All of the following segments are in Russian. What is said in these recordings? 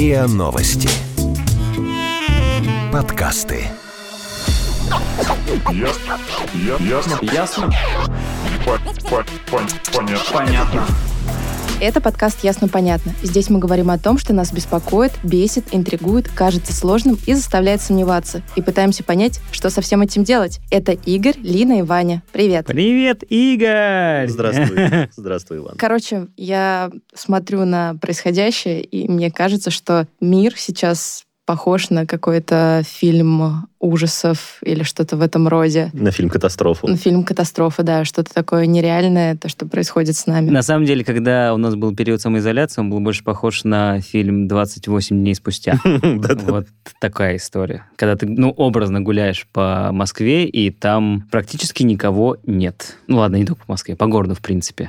РИА Новости. Подкасты. Ясно? Понятно. Это подкаст «Ясно-понятно». Здесь мы говорим о том, что нас беспокоит, бесит, интригует, кажется сложным и заставляет сомневаться. И пытаемся понять, что со всем этим делать. Это Игорь, Лина и Ваня. Привет. Привет, Игорь! Здравствуй. Здравствуй, Иван. Короче, я смотрю на происходящее, и мне кажется, что мир сейчас похож на какой-то фильм ужасов или что-то в этом роде. На фильм «Катастрофу». На фильм «Катастрофа», да, что-то такое нереальное, то, что происходит с нами. На самом деле, когда у нас был период самоизоляции, он был больше похож на фильм «28 дней спустя». Вот такая история. Когда ты, образно гуляешь по Москве, и там практически никого нет. Ну ладно, не только по Москве, по городу, в принципе.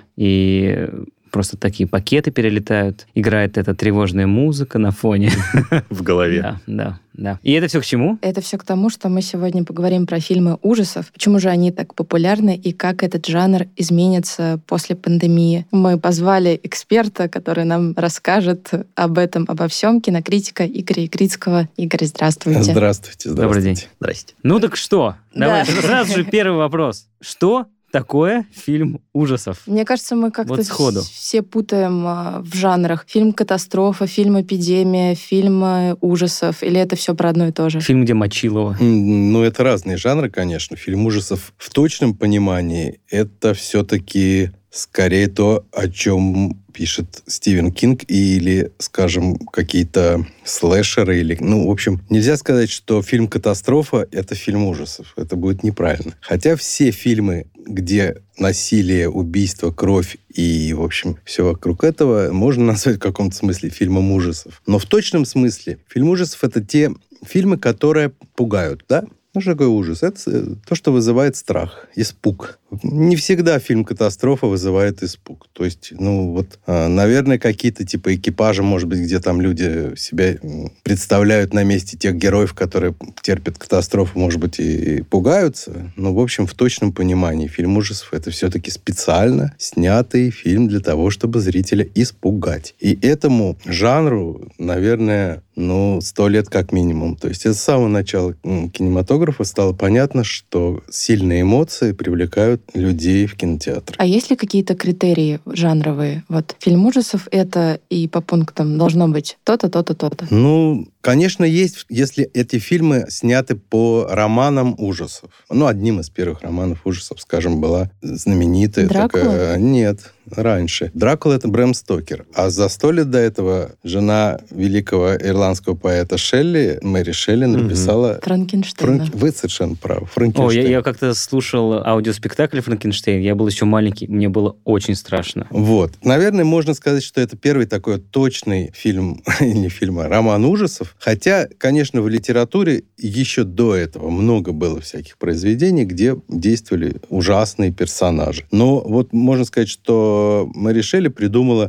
И просто такие пакеты перелетают, играет эта тревожная музыка на фоне. В голове. Да. И это все к чему? Это все к тому, что мы сегодня поговорим про фильмы ужасов, почему же они так популярны и как этот жанр изменится после пандемии. Мы позвали эксперта, который нам расскажет об этом, обо всем, кинокритика Игоря Ягрицкого. Игорь, здравствуйте. Здравствуйте. Добрый день. Здрасте. Ну так что? Давай, сразу же первый вопрос. Что такое фильм ужасов? Мне кажется, мы как-то Вот сходу. все путаем в жанрах. Фильм «Катастрофа», фильм «Эпидемия», фильм ужасов. Или это все про одно и то же? Фильм, где Мочилова. Это разные жанры, конечно. Фильм ужасов в точном понимании это все-таки скорее то, о чем пишет Стивен Кинг или, скажем, какие-то слэшеры. В общем, нельзя сказать, что фильм «Катастрофа» — это фильм ужасов. Это будет неправильно. Хотя все фильмы, где насилие, убийство, кровь и, в общем, все вокруг этого, можно назвать в каком-то смысле фильмом ужасов. Но в точном смысле фильм ужасов — это те фильмы, которые пугают, да? Что такое ужас? Это то, что вызывает страх, испуг. Не всегда фильм «Катастрофа» вызывает испуг. То есть, наверное, какие-то типа экипажа, может быть, где там люди себя представляют на месте тех героев, которые терпят катастрофу, может быть, и пугаются. Но, в общем, в точном понимании фильм ужасов — это все-таки специально снятый фильм для того, чтобы зрителя испугать. И этому жанру, наверное, 100 лет как минимум. То есть, с самого начала кинематографа стало понятно, что сильные эмоции привлекают людей в кинотеатр. А есть ли какие-то критерии жанровые? Вот фильм ужасов — это и по пунктам должно быть то-то, то-то, то-то. Конечно, есть, если эти фильмы сняты по романам ужасов. Одним из первых романов ужасов, скажем, была знаменитая «Дракула»? Нет, раньше. «Дракула» — это Брэм Стокер. А за 100 лет до этого жена великого ирландского поэта Шелли, Мэри Шелли, написала... Франкенштейна. Вы совершенно правы. Франкенштейн. Я как-то слушал аудиоспектакль «Франкенштейн». Я был еще маленький, мне было очень страшно. Наверное, можно сказать, что это первый такой точный фильм, не фильм, а роман ужасов. Хотя, конечно, в литературе еще до этого много было всяких произведений, где действовали ужасные персонажи. Но можно сказать, что Мэри Шелли придумала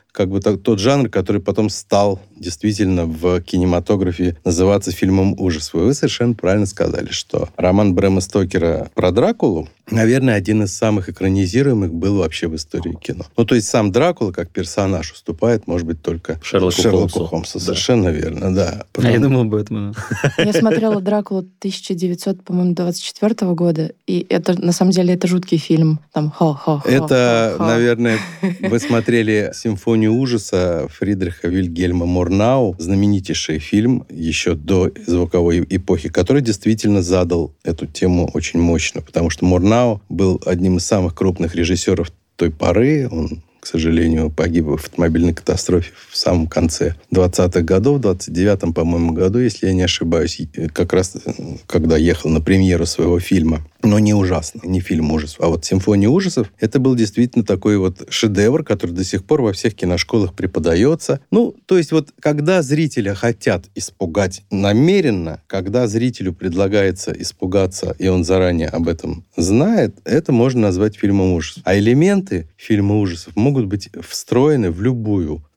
тот жанр, который потом стал действительно в кинематографе называться фильмом ужасов. И вы совершенно правильно сказали, что роман Брэма Стокера про Дракулу, наверное, один из самых экранизируемых был вообще в истории кино. То есть сам Дракула как персонаж уступает, может быть, только Шерлоку Холмсу. Совершенно верно, да. Я думал Бэтмена. Я смотрела «Дракулу» 1924 года, и это, на самом деле, это жуткий фильм. Там Это, наверное, вы смотрели «Симфонию ужаса» Фридриха Вильгельма Мурнау, знаменитейший фильм еще до звуковой эпохи, который действительно задал эту тему очень мощно, потому что Мурнау был одним из самых крупных режиссеров той поры. Он, к сожалению, погиб в автомобильной катастрофе в самом конце 20-х годов, в 29-м, по-моему, году, если я не ошибаюсь, как раз когда ехал на премьеру своего фильма. Но не ужасно, не фильм ужасов. А «Симфония ужасов» — это был действительно такой шедевр, который до сих пор во всех киношколах преподается. То есть когда зрителя хотят испугать намеренно, когда зрителю предлагается испугаться, и он заранее об этом знает, это можно назвать фильмом ужасов. А элементы фильма ужасов могут быть встроены в любую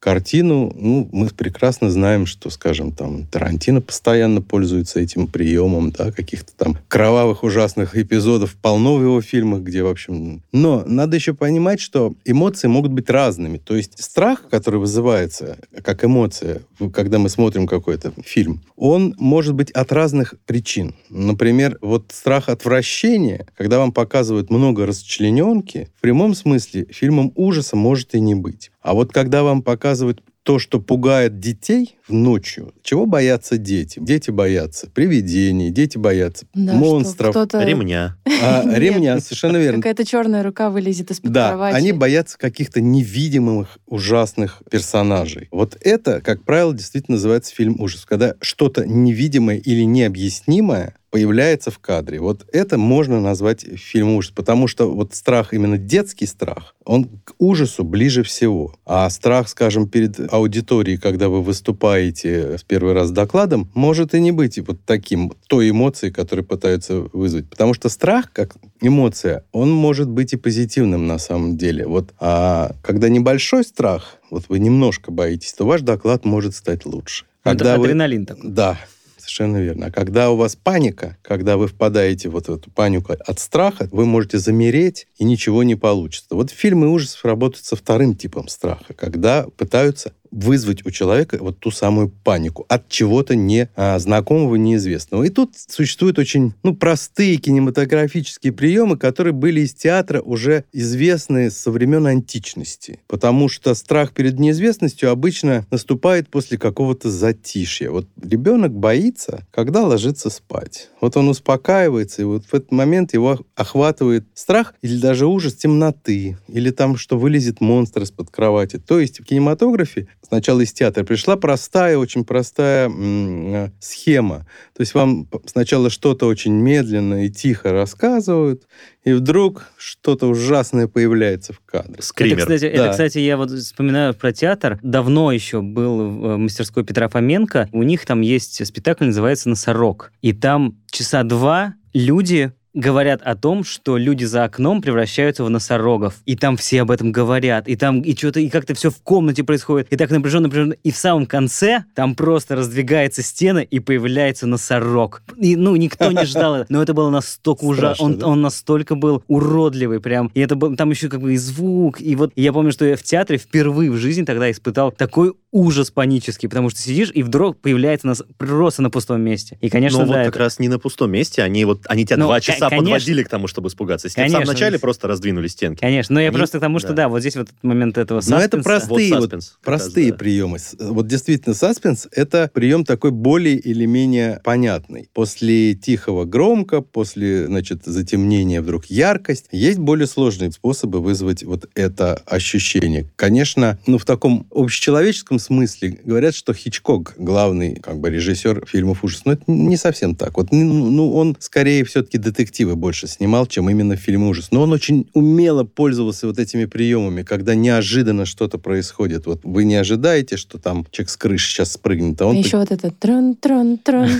картину, мы прекрасно знаем, что, скажем, там Тарантино постоянно пользуется этим приемом, да, каких-то там кровавых, ужасных эпизодов полно в его фильмах, где, в общем... Но надо еще понимать, что эмоции могут быть разными. То есть страх, который вызывается как эмоция, когда мы смотрим какой-то фильм, он может быть от разных причин. Например, вот страх отвращения, когда вам показывают много расчлененки, в прямом смысле фильмом ужаса может и не быть. А вот когда вам показывают то, что пугает детей ночью, чего боятся дети? Дети боятся привидений, дети боятся монстров. Ремня. Ремня, совершенно верно. Какая-то черная рука вылезет из-под кровати. Они боятся каких-то невидимых, ужасных персонажей. Вот это, как правило, действительно называется фильм ужасов. Когда что-то невидимое или необъяснимое появляется в кадре. Вот это можно назвать фильмом ужасов, потому что вот страх, именно детский страх, он к ужасу ближе всего. А страх, скажем, перед аудиторией, когда вы выступаете в первый раз с докладом, может и не быть вот таким, той эмоцией, которую пытаются вызвать. Потому что страх, как эмоция, он может быть и позитивным на самом деле. Вот, а когда небольшой страх, вот вы немножко боитесь, то ваш доклад может стать лучше. Когда адреналин такой. Да. Совершенно верно. А когда у вас паника, когда вы впадаете вот в эту панику от страха, вы можете замереть, и ничего не получится. Вот фильмы ужасов работают со вторым типом страха, когда пытаются вызвать у человека вот ту самую панику от чего-то знакомого, неизвестного. И тут существуют очень простые кинематографические приемы, которые были из театра уже известны со времен античности. Потому что страх перед неизвестностью обычно наступает после какого-то затишья. Вот ребенок боится, когда ложится спать. Вот он успокаивается, и вот в этот момент его охватывает страх или даже ужас темноты, или там, что вылезет монстр из-под кровати. То есть в кинематографе сначала из театра пришла очень простая схема. То есть вам сначала что-то очень медленно и тихо рассказывают, и вдруг что-то ужасное появляется в кадре. Скример. Это, кстати, я вот вспоминаю про театр. Давно еще был в мастерской Петра Фоменко. У них там есть спектакль, называется «Носорог». И там часа 2 люди говорят о том, что люди за окном превращаются в носорогов. И там все об этом говорят. И там и что-то, и как-то все в комнате происходит. И так напряженно. И в самом конце там просто раздвигается стена, и появляется носорог. И, никто не ждал это. Но это было настолько ужасно. Он настолько был уродливый прям. И это был, там еще как бы и звук. И вот я помню, что я в театре впервые в жизни тогда испытал такой ужас панический, потому что сидишь, и вдруг появляется просто на пустом месте. И, конечно, вот как раз не на пустом месте. Они тебя 2 часа подводили к тому, чтобы испугаться. В самом начале просто раздвинули стенки. Конечно, но я просто к тому, что вот здесь вот этот момент этого саспенса. Но это простые приемы. Вот действительно, саспенс — это прием такой более или менее понятный. После тихого громко, после, затемнения вдруг яркость. Есть более сложные способы вызвать вот это ощущение. Конечно, в таком общечеловеческом смысле говорят, что Хичкок главный режиссер фильмов ужасов. Но это не совсем так. Вот, он скорее все-таки детективы больше снимал, чем именно фильмы ужасов. Но он очень умело пользовался вот этими приемами, когда неожиданно что-то происходит. Вот вы не ожидаете, что там человек с крыши сейчас спрыгнет, а он... Еще вот это трон-трон-трон.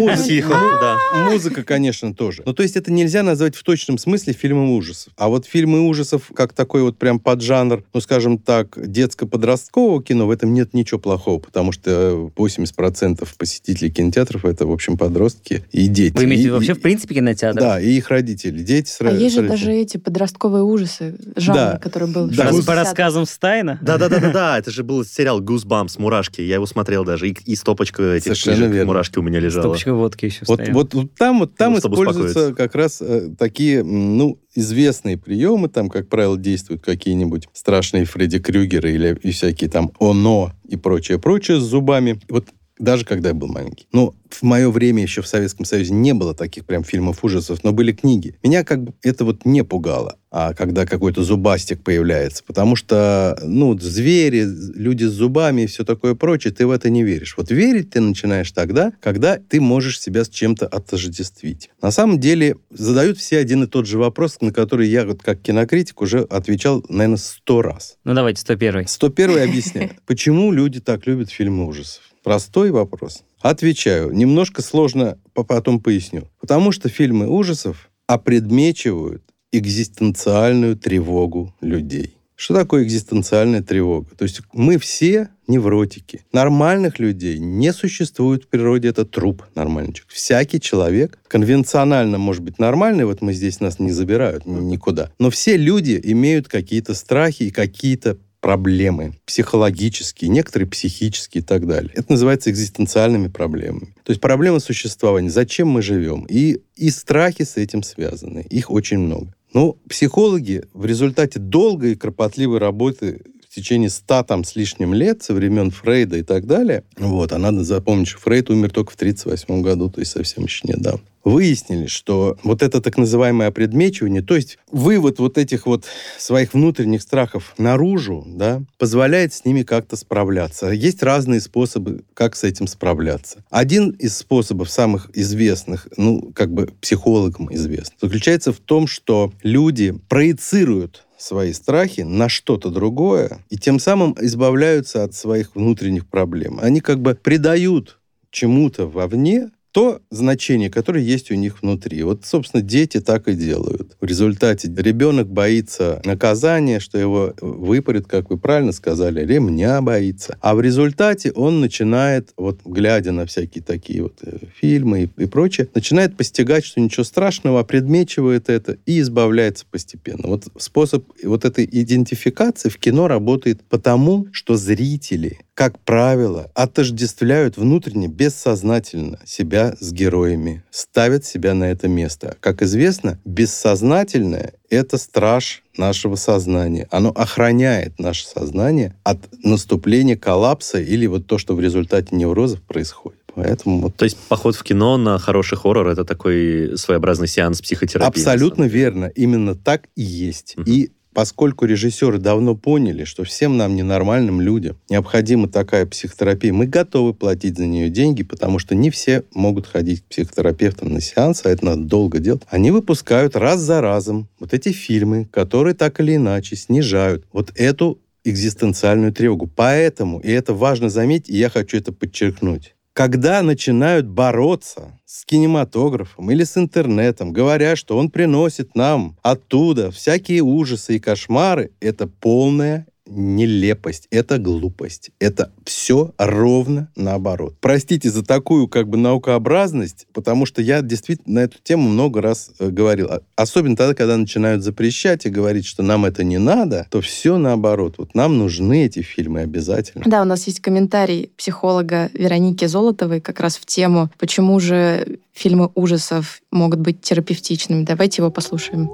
Музыка, конечно, тоже. То есть это нельзя назвать в точном смысле фильмом ужасов. А вот фильмы ужасов, как такой вот прям поджанр, скажем так, детско-подросткового кино, в этом нет ничего плохого, потому что 80% посетителей кинотеатров — это, в общем, подростки и дети. Вы имеете вообще, в принципе, кинотеатр? Да, и их родители. Дети с родителями. Есть же даже эти подростковые ужасы, жанр, который был. По рассказам Стайна? Да. Это же был сериал «Goosebumps», «Мурашки». Я его смотрел даже. И стопочка этих книжек «Мурашки» у меня лежала. Стопочка водки еще стояла. Вот там используются как раз такие, известные приемы. Там, как правило, действуют какие-нибудь страшные Фредди Крюгеры или и всякие там «Оно» и прочее с зубами. Вот даже когда я был маленький. В мое время еще в Советском Союзе не было таких прям фильмов ужасов, но были книги. Меня это не пугало, когда какой-то зубастик появляется. Потому что, звери, люди с зубами и все такое прочее, ты в это не веришь. Вот верить ты начинаешь тогда, когда ты можешь себя с чем-то отождествить. На самом деле задают все один и тот же вопрос, на который я, как кинокритик, уже отвечал, наверное, 100 раз. Давайте, 101-й. 101-й объясняю. Почему люди так любят фильмы ужасов? Простой вопрос. Отвечаю. Немножко сложно, потом поясню. Потому что фильмы ужасов опредмечивают экзистенциальную тревогу людей. Что такое экзистенциальная тревога? То есть мы все невротики. Нормальных людей не существует в природе, это труп нормальный человек. Всякий человек конвенционально может быть нормальный, вот мы здесь нас не забирают никуда. Но все люди имеют какие-то страхи и какие-то проблемы психологические, некоторые психические и так далее. Это называется экзистенциальными проблемами. То есть проблема существования, зачем мы живем. И страхи с этим связаны. Их очень много. Но психологи в результате долгой и кропотливой работы в течение 100 там с лишним лет, со времен Фрейда и так далее, а надо запомнить, что Фрейд умер только в 1938 году, то есть совсем еще недавно, выяснили, что вот это так называемое опредмечивание, то есть вывод вот этих вот своих внутренних страхов наружу, да, позволяет с ними как-то справляться. Есть разные способы, как с этим справляться. Один из способов, самых известных, психологам известных, заключается в том, что люди проецируют свои страхи на что-то другое и тем самым избавляются от своих внутренних проблем. Они придают чему-то вовне то значение, которое есть у них внутри. Вот, собственно, дети так и делают. В результате ребенок боится наказания, что его выпарят, как вы правильно сказали, ремня боится. А в результате он начинает, глядя на всякие такие фильмы и прочее, начинает постигать, что ничего страшного, опредмечивает это и избавляется постепенно. Способ этой идентификации в кино работает потому, что зрители, как правило, отождествляют внутренне, бессознательно себя с героями, ставят себя на это место. Как известно, бессознательное — это страж нашего сознания. Оно охраняет наше сознание от наступления коллапса или то, что в результате неврозов происходит. Поэтому То есть поход в кино на хороший хоррор — это такой своеобразный сеанс психотерапии? Абсолютно верно. Именно так и есть. И поскольку режиссеры давно поняли, что всем нам, ненормальным людям, необходима такая психотерапия, мы готовы платить за нее деньги, потому что не все могут ходить к психотерапевтам на сеансы, а это надо долго делать. Они выпускают раз за разом эти фильмы, которые так или иначе снижают эту экзистенциальную тревогу. Поэтому, и это важно заметить, и я хочу это подчеркнуть, когда начинают бороться с кинематографом или с интернетом, говоря, что он приносит нам оттуда всякие ужасы и кошмары, это полная нелепость, это глупость. Это все ровно наоборот. Простите за такую наукообразность, потому что я действительно на эту тему много раз говорил. Особенно тогда, когда начинают запрещать и говорить, что нам это не надо, то все наоборот. Нам нужны эти фильмы обязательно. Да, у нас есть комментарий психолога Вероники Золотовой как раз в тему, почему же фильмы ужасов могут быть терапевтичными. Давайте его послушаем.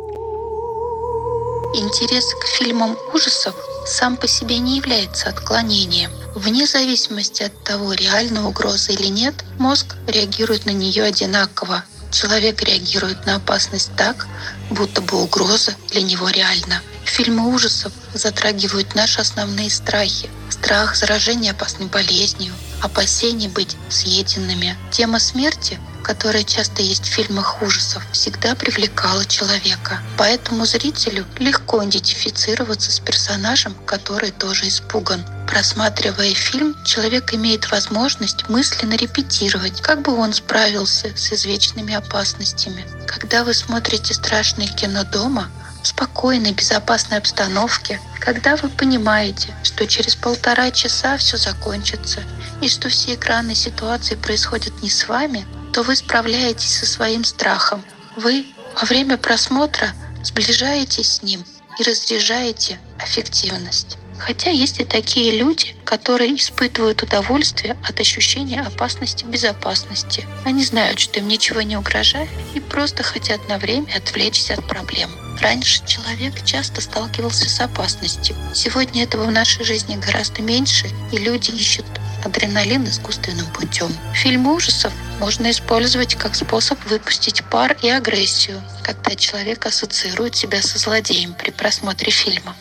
Интерес к фильмам ужасов сам по себе не является отклонением. Вне зависимости от того, реальна угроза или нет, мозг реагирует на нее одинаково. Человек реагирует на опасность так, будто бы угроза для него реальна. Фильмы ужасов затрагивают наши основные страхи. Страх заражения опасной болезнью, опасение быть съеденными. Тема смерти, которая часто есть в фильмах ужасов, всегда привлекала человека. Поэтому зрителю легко идентифицироваться с персонажем, который тоже испуган. Просматривая фильм, человек имеет возможность мысленно репетировать, как бы он справился с извечными опасностями. Когда вы смотрите страшное кино дома, в спокойной, безопасной обстановке, когда вы понимаете, что через 1,5 часа все закончится, и что все экранные ситуации происходят не с вами, то вы справляетесь со своим страхом. Вы во время просмотра сближаетесь с ним и разряжаете аффективность. Хотя есть и такие люди, которые испытывают удовольствие от ощущения опасности, безопасности. Они знают, что им ничего не угрожает и просто хотят на время отвлечься от проблем. Раньше человек часто сталкивался с опасностью. Сегодня этого в нашей жизни гораздо меньше, и люди ищут адреналин искусственным путем. Фильмы ужасов можно использовать как способ выпустить пар и агрессию, когда человек ассоциирует себя со злодеем при просмотре фильма.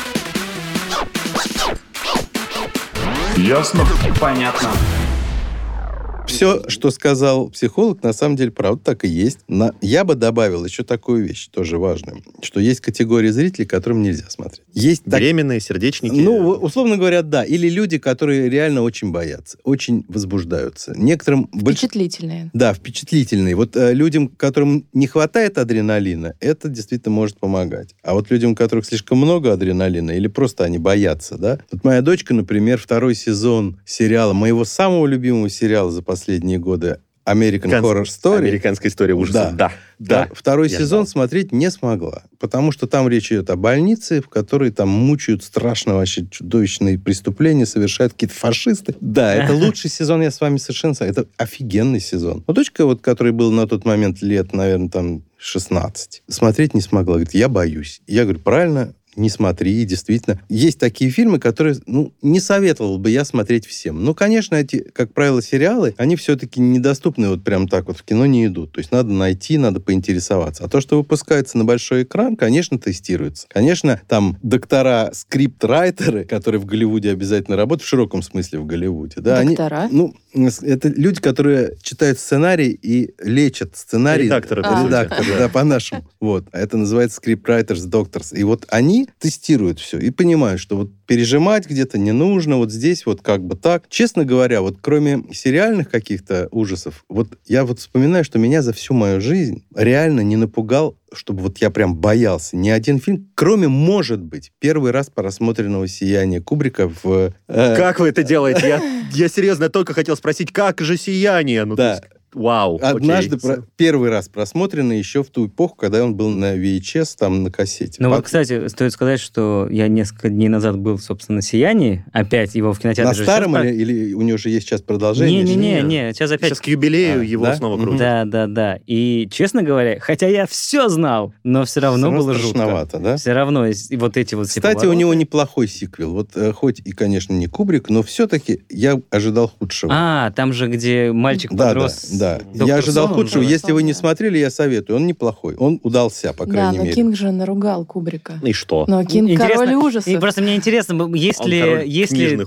Ясно? Понятно. Все, что сказал психолог, на самом деле, правда, так и есть. Я бы добавил еще такую вещь, тоже важную, что есть категории зрителей, которым нельзя смотреть. Есть беременные, сердечники. Ну, условно говоря, да. Или люди, которые реально очень боятся, очень возбуждаются. Некоторым... Впечатлительные. Да, впечатлительные. Вот людям, которым не хватает адреналина, это действительно может помогать. А вот людям, у которых слишком много адреналина, или просто они боятся, да. Вот моя дочка, например, 2 сезон сериала, моего самого любимого сериала за последние годы, American Horror Story. Американская история ужасов. Да. 2 сезон смотреть не смогла, потому что там речь идет о больнице, в которой там мучают страшно вообще чудовищные преступления, совершают какие-то фашисты. Да, это лучший сезон, я с вами совершенно согласен. Это офигенный сезон. Но дочка, вот, которой было на тот момент лет, наверное, там 16, смотреть не смогла. Говорит, я боюсь. Я говорю, правильно, не смотри, действительно. Есть такие фильмы, которые, не советовал бы я смотреть всем. Ну, конечно, эти, как правило, сериалы, они все-таки недоступны вот прям так вот в кино не идут. То есть надо найти, надо поинтересоваться. А то, что выпускается на большой экран, конечно, тестируется. Конечно, там доктора, скрипт-райтеры, которые в Голливуде обязательно работают, в широком смысле в Голливуде. Да, доктора? Это люди, которые читают сценарий и лечат сценарий. Редакторы. Да, по-нашему. Вот. А это называется scriptwriters, doctors. И вот они тестируют все и понимают, что вот пережимать где-то не нужно, вот здесь вот как бы так. Честно говоря, вот кроме сериальных каких-то ужасов, вот я вот вспоминаю, что меня за всю мою жизнь реально не напугал, чтобы вот я прям боялся. Ни один фильм, кроме, может быть, первый раз просмотренного «Сияния» Кубрика в... Как вы это делаете? Я серьезно только хотел спросить, как же «Сияние»? Да. Вау. Однажды первый раз просмотренный еще в ту эпоху, когда он был на VHS, там, на кассете. Ну вот, кстати, стоит сказать, что я несколько дней назад был, собственно, на «Сиянии». Опять его в кинотеатре. На старом или у него же есть сейчас продолжение? Не. Сейчас опять... Сейчас к юбилею его снова крутят. Да. И, честно говоря, хотя я все знал, но все равно было страшновато, да? Все равно вот эти вот... Кстати, у него неплохой сиквел. Вот хоть и, конечно, не Кубрик, но все-таки я ожидал худшего. Там же, где мальчик подрос... Да. Я ожидал худшего. Если вы не смотрели, я советую. Он неплохой. Он удался, по крайней мере. Да, но Кинг же наругал Кубрика. И что? Но Кинг король ужасов. И просто мне интересно, есть ли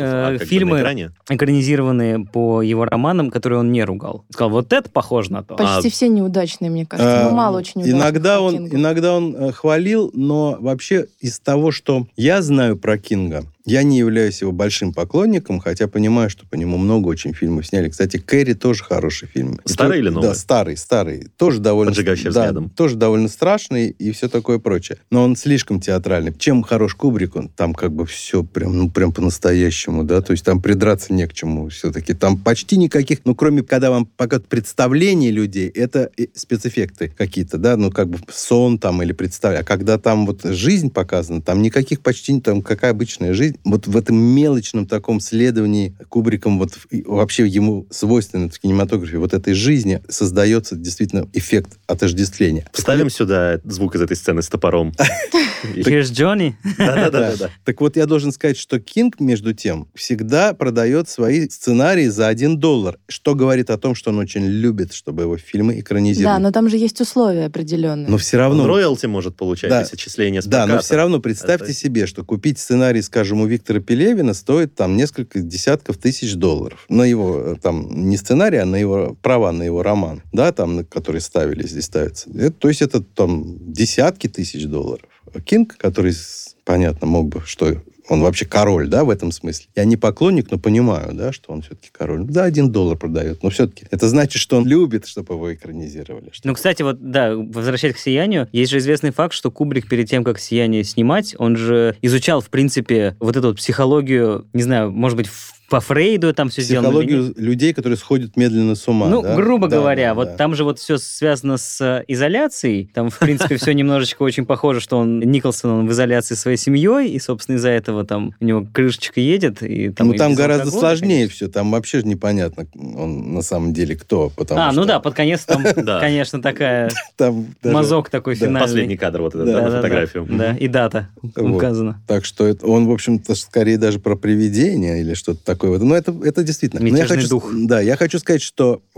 фильмы, экранизированные по его романам, которые он не ругал? Сказал, вот это похоже на то. Почти все неудачные, мне кажется. Мало очень удачных. Иногда он хвалил, но вообще из того, что я знаю про Кинга, я не являюсь его большим поклонником, хотя понимаю, что по нему много очень фильмов сняли. Кстати, «Кэрри» тоже хороший фильм. Старый или новый? Да, старый. Тоже довольно... Поджигающий взглядом. Тоже довольно страшный и все такое прочее. Но он слишком театральный. Чем хорош Кубрик, он там как бы все прям по-настоящему, да, то есть там придраться не к чему все-таки. Там почти никаких, кроме, когда вам показывают представление людей, это спецэффекты какие-то, да, как бы сон там или представление. А когда там вот жизнь показана, там никаких почти, там какая обычная жизнь, вот в этом мелочном таком следовании Кубриком, вот вообще ему свойственно в кинематографе, вот этой жизни создается действительно эффект отождествления. Вставим сюда звук из этой сцены с топором. Here's Johnny. Да. Так вот, я должен сказать, что Кинг, между тем, всегда продает свои сценарии за $1, что говорит о том, что он очень любит, чтобы его фильмы экранизировали. Да, но там же есть условия определенные. Но все равно... Он роялти может получать, если отчисления с проката. Да, но все равно представьте себе, что купить сценарий, скажем, у Виктора Пелевина стоит там несколько десятков тысяч долларов. На его, там, не сценарий, а на его права, на его роман, да, там, на который ставили, здесь ставится. То есть это там десятки тысяч долларов. Кинг, который, понятно, мог бы, что он вообще король, да, в этом смысле. Я не поклонник, но понимаю, да, что он все-таки король. Да, $1 продает, но все-таки это значит, что он любит, чтобы его экранизировали. Кстати, вот, да, возвращаясь к «Сиянию», есть же известный факт, что Кубрик перед тем, как «Сияние» снимать, он же изучал, в принципе, вот эту вот психологию, не знаю, может быть, по Фрейду там все сделано. Психологию людей, которые сходят медленно с ума. Грубо говоря, там же вот все связано с изоляцией. Там, в принципе, все немножечко очень похоже, что Николсон, он в изоляции своей семьей, и, собственно, из-за этого там у него крышечка едет. И, там гораздо сложнее все. Там вообще же непонятно, он на самом деле кто. Под конец там, конечно, такая мазок такой финальный. Последний кадр, вот эту фотографию. Да, и дата указана. Так что он, в общем-то, скорее даже про привидение или что-то такое. Но это действительно... Мятежный дух. Да, я хочу сказать, что вот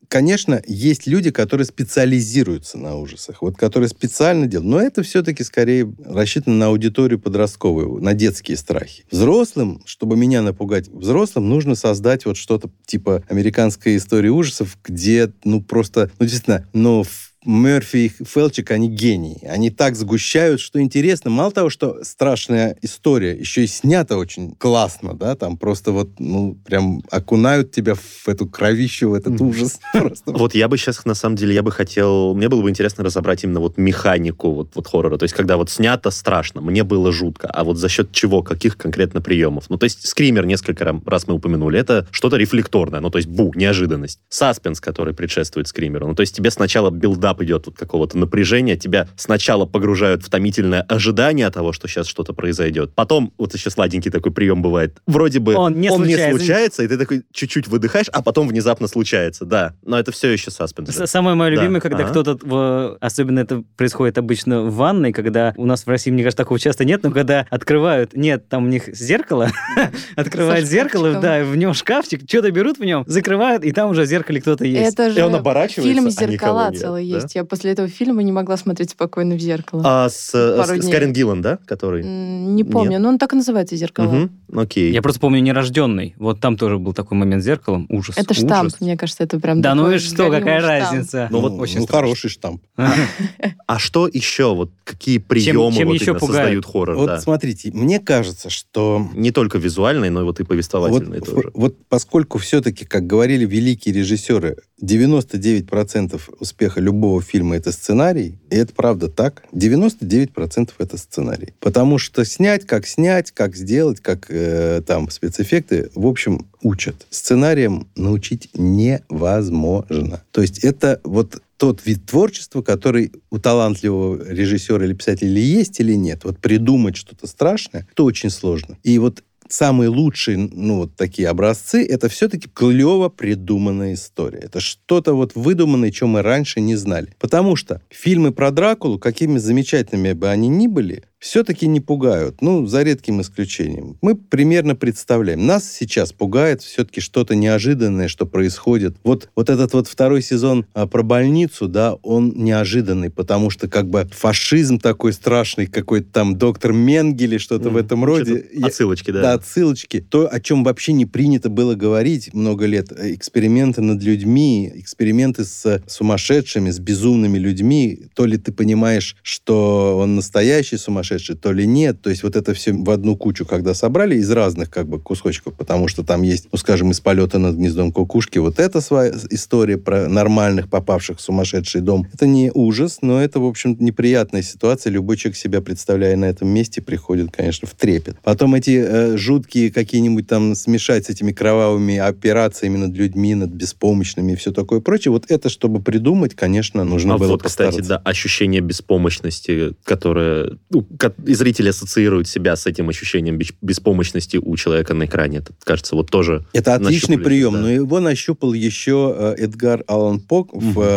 конечно, есть люди, которые специализируются на ужасах, вот которые специально делают. Но это все-таки скорее рассчитано на аудиторию подростковую, на детские страхи. Взрослым, чтобы меня напугать, взрослым нужно создать вот что-то типа американской истории ужасов, где, просто, действительно, Мерфи и Фелчик, они гении. Они так сгущают, что интересно. Мало того, что страшная история, еще и снята очень классно, да, там просто прям окунают тебя в эту кровищу, в этот ужас. Вот я бы сейчас, на самом деле, мне было бы интересно разобрать именно механику хоррора. То есть, когда снято страшно, мне было жутко, а за счет чего, каких конкретно приемов? То есть, скример несколько раз мы упомянули, это что-то рефлекторное, то есть, неожиданность. Саспенс, который предшествует скримеру. То есть, тебе сначала билдап идет какого-то напряжения, тебя сначала погружают в томительное ожидание того, что сейчас что-то произойдет. Потом, еще сладенький такой прием бывает, вроде бы он не случается, и ты такой чуть-чуть выдыхаешь, а потом внезапно случается, да. Но это все еще саспенс. Самое мое любимое, когда кто-то, особенно это происходит обычно в ванной, когда у нас в России, мне кажется, такого часто нет, но когда открывают, там у них зеркало, открывают зеркало, да, в нем шкафчик, что-то берут в нем, закрывают, и там уже в зеркале кто-то есть. Это же и он оборачивается, фильм «Зеркала» целый есть. Я после этого фильма не могла смотреть спокойно в зеркало. С Карен Гиллан, да? Который? Не помню, но он так и называется «Зеркала». Окей. Я просто помню «Нерожденный». Вот там тоже был такой момент с зеркалом. Ужас. Это штамп, мне кажется, это прям да, ну и что, какая разница? Очень хороший штамп. А что еще? Какие приемы еще создают хоррор? Смотрите, мне кажется, что... Не только визуальные, но и повествовательные тоже. Поскольку все-таки, как говорили великие режиссеры, 99% успеха любого фильма — это сценарий, и это правда так. 99% это сценарий. Потому что снять, как сделать, как там спецэффекты, в общем, учат. Сценарием научить невозможно. То есть это тот вид творчества, который у талантливого режиссера или писателя или есть, или нет. Придумать что-то страшное, это очень сложно. И самые лучшие, такие образцы, это все-таки клево придуманная история. Это что-то выдуманное, что мы раньше не знали. Потому что фильмы про Дракулу, какими замечательными бы они ни были, все-таки не пугают. За редким исключением. Мы примерно представляем. Нас сейчас пугает все-таки что-то неожиданное, что происходит. Этот второй сезон про больницу, да, он неожиданный, потому что фашизм такой страшный, какой-то там доктор Менгеле, что-то в этом роде. Отсылочки, да. Да, отсылочки. То, о чем вообще не принято было говорить много лет. Эксперименты над людьми, эксперименты с сумасшедшими, с безумными людьми. То ли ты понимаешь, что он настоящий сумасшедший, то ли нет. То есть это все в одну кучу, когда собрали из разных кусочков, потому что там есть, скажем, из «Полета над гнездом кукушки» это своя история про нормальных, попавших в сумасшедший дом. Это не ужас, но это, в общем, неприятная ситуация. Любой человек, себя представляя на этом месте, приходит, конечно, в трепет. Потом эти жуткие какие-нибудь там смешать с этими кровавыми операциями над людьми, над беспомощными и все такое прочее. Это, чтобы придумать, конечно, нужно было постараться. Кстати, да, ощущение беспомощности, которое... и зрители ассоциируют себя с этим ощущением беспомощности у человека на экране. Это, кажется, тоже... Это отличный прием, да. Но его нащупал еще Эдгар Аллан По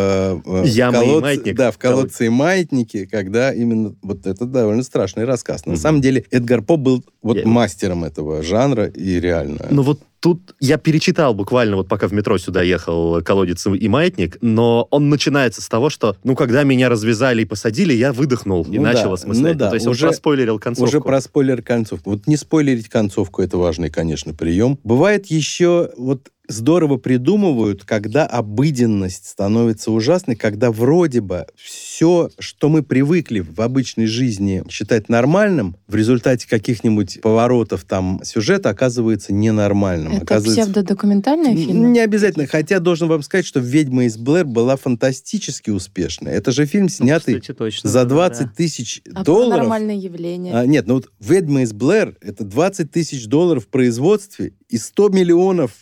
в «Колодце и маятнике», когда именно... это довольно страшный рассказ. На самом деле Эдгар По был мастером этого жанра, и реально... Тут я перечитал буквально, пока в метро сюда ехал «Колодец и маятник», но он начинается с того, что, когда меня развязали и посадили, я выдохнул и начал осмыслять. То есть уже, он проспойлерил концовку. Уже проспойлерил концовку. Не спойлерить концовку — это важный, конечно, прием. Бывает еще... здорово придумывают, когда обыденность становится ужасной, когда вроде бы все, что мы привыкли в обычной жизни считать нормальным, в результате каких-нибудь поворотов сюжета оказывается ненормальным. Это псевдодокументальный фильм? Не обязательно. Хотя должен вам сказать, что «Ведьма из Блэр» была фантастически успешной. Это же фильм, снятый за 20 тысяч долларов. Нормальное явление. Нет, «Ведьма из Блэр» — это 20 тысяч долларов в производстве и 100 миллионов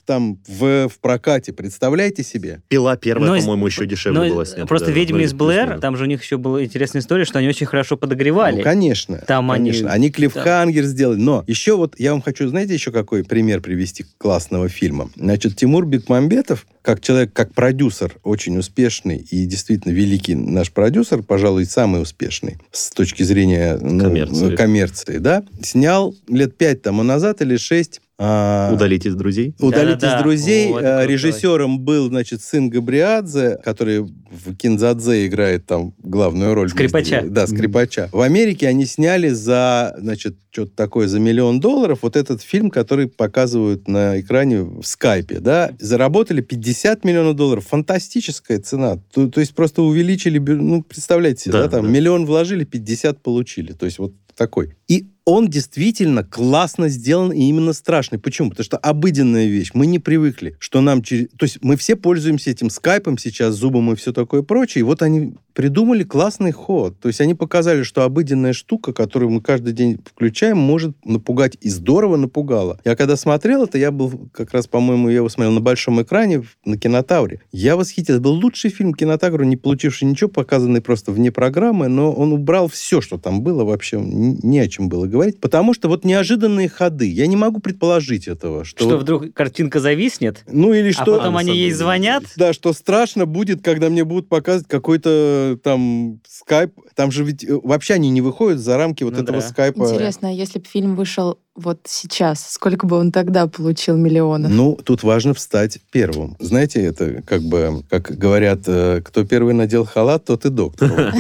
в прокате. Представляете себе? «Пила» первая, по-моему, еще дешевле была снята. Просто «Ведьма из Блэр», там же у них еще была интересная история, что они очень хорошо подогревали. Конечно. Они клиффхангер сделали. Но еще я вам хочу, знаете, еще какой пример привести классного фильма? Тимур Бекмамбетов как человек, как продюсер, очень успешный и действительно великий наш продюсер, пожалуй, самый успешный с точки зрения коммерции, да, снял лет 5 тому назад или 6 «Удалить из друзей». «Удалить из друзей». Вот, режиссером был, значит, сын Габриадзе, который в «Киндзадзе» играет там главную роль. Скрипача. Да, скрипача. В Америке они сняли за, значит, что-то такое за $1 миллион вот этот фильм, который показывают на экране в скайпе, да. Заработали $50 миллионов. Фантастическая цена. То есть просто увеличили, ну, представляете себе, да, там $1 миллион вложили, 50 получили. То есть вот такой. И он действительно классно сделан и именно страшный. Почему? Потому что обыденная вещь. Мы не привыкли, что нам через... То есть мы все пользуемся этим скайпом сейчас, зубом и все такое прочее. И вот они придумали классный ход. То есть они показали, что обыденная штука, которую мы каждый день включаем, может напугать. И здорово напугала. Я когда смотрел это, я был как раз, по-моему, я его смотрел на большом экране на Кинотавре. Я восхитился. Это был лучший фильм Кинотавра, не получивший ничего, показанный просто вне программы, но он убрал все, что там было вообще. Не о чем было говорить. Потому что вот неожиданные ходы. Я не могу предположить этого. Что вдруг картинка зависнет, ну или что... А потом они ей звонят? Да, что страшно будет, когда мне будут показывать какой-то там скайп. Там же ведь вообще они не выходят за рамки вот этого скайпа. Интересно, а если бы фильм вышел вот сейчас, сколько бы он тогда получил миллионов? Ну, тут важно встать первым. Знаете, это как бы, как говорят, кто первый надел халат, тот и доктор.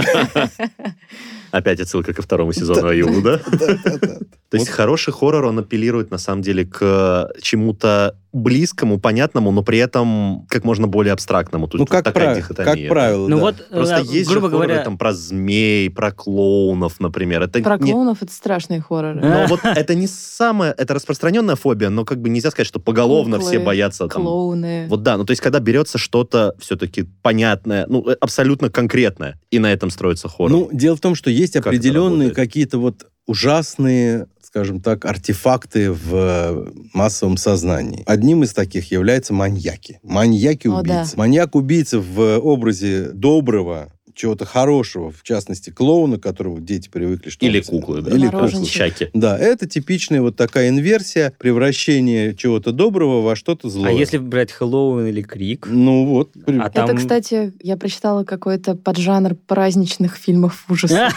Опять отсылка ко 2 сезону Аюлу, да? Да. То есть хороший хоррор, он апеллирует, на самом деле, к чему-то близкому, понятному, но при этом как можно более абстрактному. Тут как такая дихотомия. Как правило, ну да. вот, просто есть грубо же хорроры говоря... там про змей, про клоунов, например. Это про клоунов это страшные хорроры. Но вот это не самая... Это распространенная фобия, но как бы нельзя сказать, что поголовно все боятся. Клоуны. Вот да, ну то есть когда берется что-то все-таки понятное, ну абсолютно конкретное, и на этом строится хоррор. Ну, дело в том, что есть определенные какие-то вот ужасные, скажем так, артефакты в массовом сознании. Одним из таких являются маньяки. Маньяки-убийцы. Да. Маньяк-убийца в образе доброго, чего-то хорошего, в частности, клоуна, к которому дети привыкли. Что или куклы, да. Или куклы. Чаки. Да, это типичная вот такая инверсия, превращение чего-то доброго во что-то злое. А если брать Хэллоуин или Крик? Ну вот. А там... Это, кстати, я прочитала какой-то поджанр праздничных фильмов ужасов.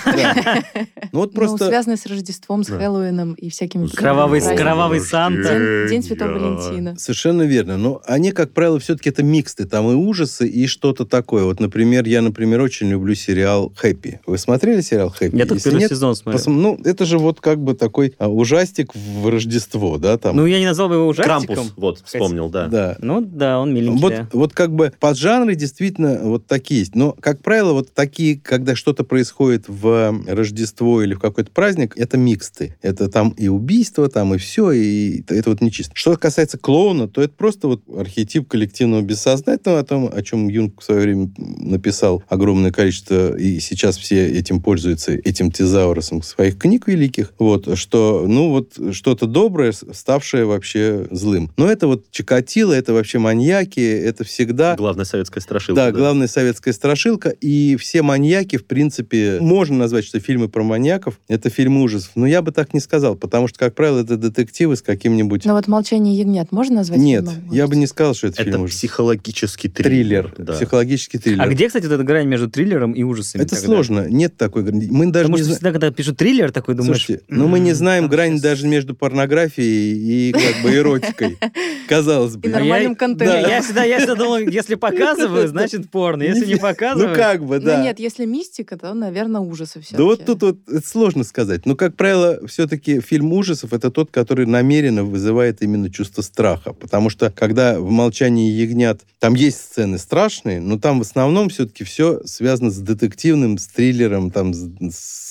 Ну вот просто... связанный с Рождеством, с Хэллоуином и всякими... Кровавый Санта. День Святого Валентина. Совершенно верно. Но они, как правило, все-таки это миксты. Там и ужасы, и что-то такое. Вот, например, я очень люблю сериал «Хэппи». Вы смотрели сериал «Хэппи»? Я только первый сезон смотрел. Ну, это же вот как бы такой ужастик в Рождество, да? Там. Ну, я не назвал бы его ужастиком. Крампус, вот, вспомнил, да. Да. Ну, да, он миленький. Вот как бы поджанры действительно вот такие есть. Но, как правило, вот такие, когда что-то происходит в Рождество или в какой-то праздник, это миксты. Это там и убийство, там и все, и это вот нечисто. Что касается клоуна, то это просто вот архетип коллективного бессознательного, о том, о чем Юнг в свое время написал огромное количество, и сейчас все этим пользуются, этим тезаурусом своих книг великих, вот, что, ну, вот, что-то доброе, ставшее вообще злым. Но это вот Чикатило, это вообще маньяки, это всегда... Главная советская страшилка. Да, главная советская страшилка, и все маньяки, в принципе, можно назвать, что фильмы про маньяков, это фильмы ужасов, но я бы так не сказал, потому что, как правило, это детективы с каким-нибудь... Но вот «Молчание ягнят» можно назвать Нет, фильмом? я бы не сказал, что это фильм Это ужасов. психологический триллер. Да. Психологический триллер. А где, кстати, вот эта грань между триллером и ужасами? Это сложно, нет такой грани. Мы даже Потому не что всегда, когда пишут триллер, такой думаешь... Слушайте, мы не знаем грань даже между порнографией и как бы эротикой. Казалось бы. И нормальным контентом. Я всегда думал, если показываю, значит порно. Если не показываю... Ну как бы, да. Ну нет, если мистика, то, наверное, ужасы все-таки. Да вот тут вот это сложно сказать. Но, как правило, все-таки фильм ужасов — это тот, который намеренно вызывает именно чувство страха. Потому что, когда в «Молчании ягнят» там есть сцены страшные, но там в основном все-таки все связано с детективным, с триллером, там, с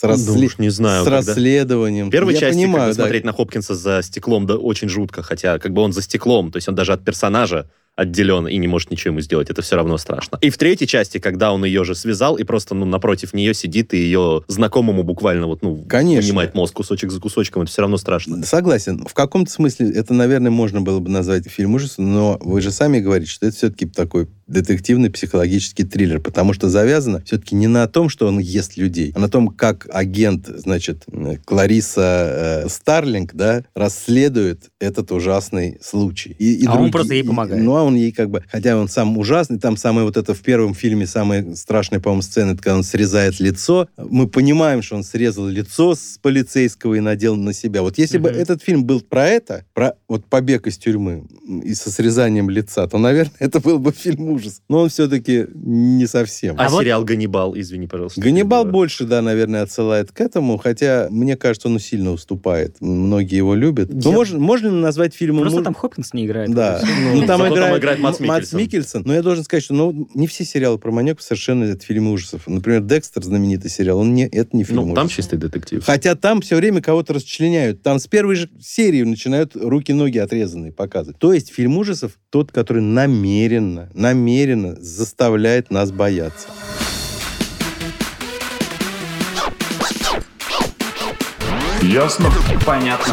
расследованием. В первой части понимаю, смотреть на Хопкинса за стеклом, да, очень жутко, хотя как бы он за стеклом, то есть он даже от персонажа отделен и не может ничего ему сделать, это все равно страшно. И в третьей части, когда он ее же связал и просто, ну, напротив нее сидит, и ее знакомому буквально вот, ну, вынимает мозг кусочек за кусочком, это все равно страшно. Согласен. В каком-то смысле это, наверное, можно было бы назвать фильм ужасов, но вы же сами говорите, что это все-таки такой детективный психологический триллер, потому что завязано все-таки не на том, что он ест людей, а на том, как агент, значит, Клариса Старлинг, да, расследует этот ужасный случай. Он просто ей помогает. Ну, а он ей как бы... Хотя он сам ужасный, там самое вот это в первом фильме самая страшная, по-моему, сцена, это когда он срезает лицо. Мы понимаем, что он срезал лицо с полицейского и надел на себя. Вот если бы этот фильм был про это, про вот побег из тюрьмы и со срезанием лица, то, наверное, это был бы фильм ужас. Но он все-таки не совсем. А сериал «Ганнибал», извини, пожалуйста. «Ганнибал» больше, да, наверное, отсылает к этому, хотя, мне кажется, он сильно уступает. Многие его любят. Но можно назвать фильмом... Просто там Хопкинс не играет. Да. Там играет Мадс Миккельсон. Но я должен сказать, что не все сериалы про маньяков совершенно это фильмы ужасов. Например, «Декстер», знаменитый сериал, это не фильм ужасов. Там чистый детектив. Хотя там все время кого-то расчленяют. Там с первой же серии начинают руки-ноги отрезанные показывать. То есть фильм ужасов тот, который намеренно заставляет нас бояться. Ясно? Понятно.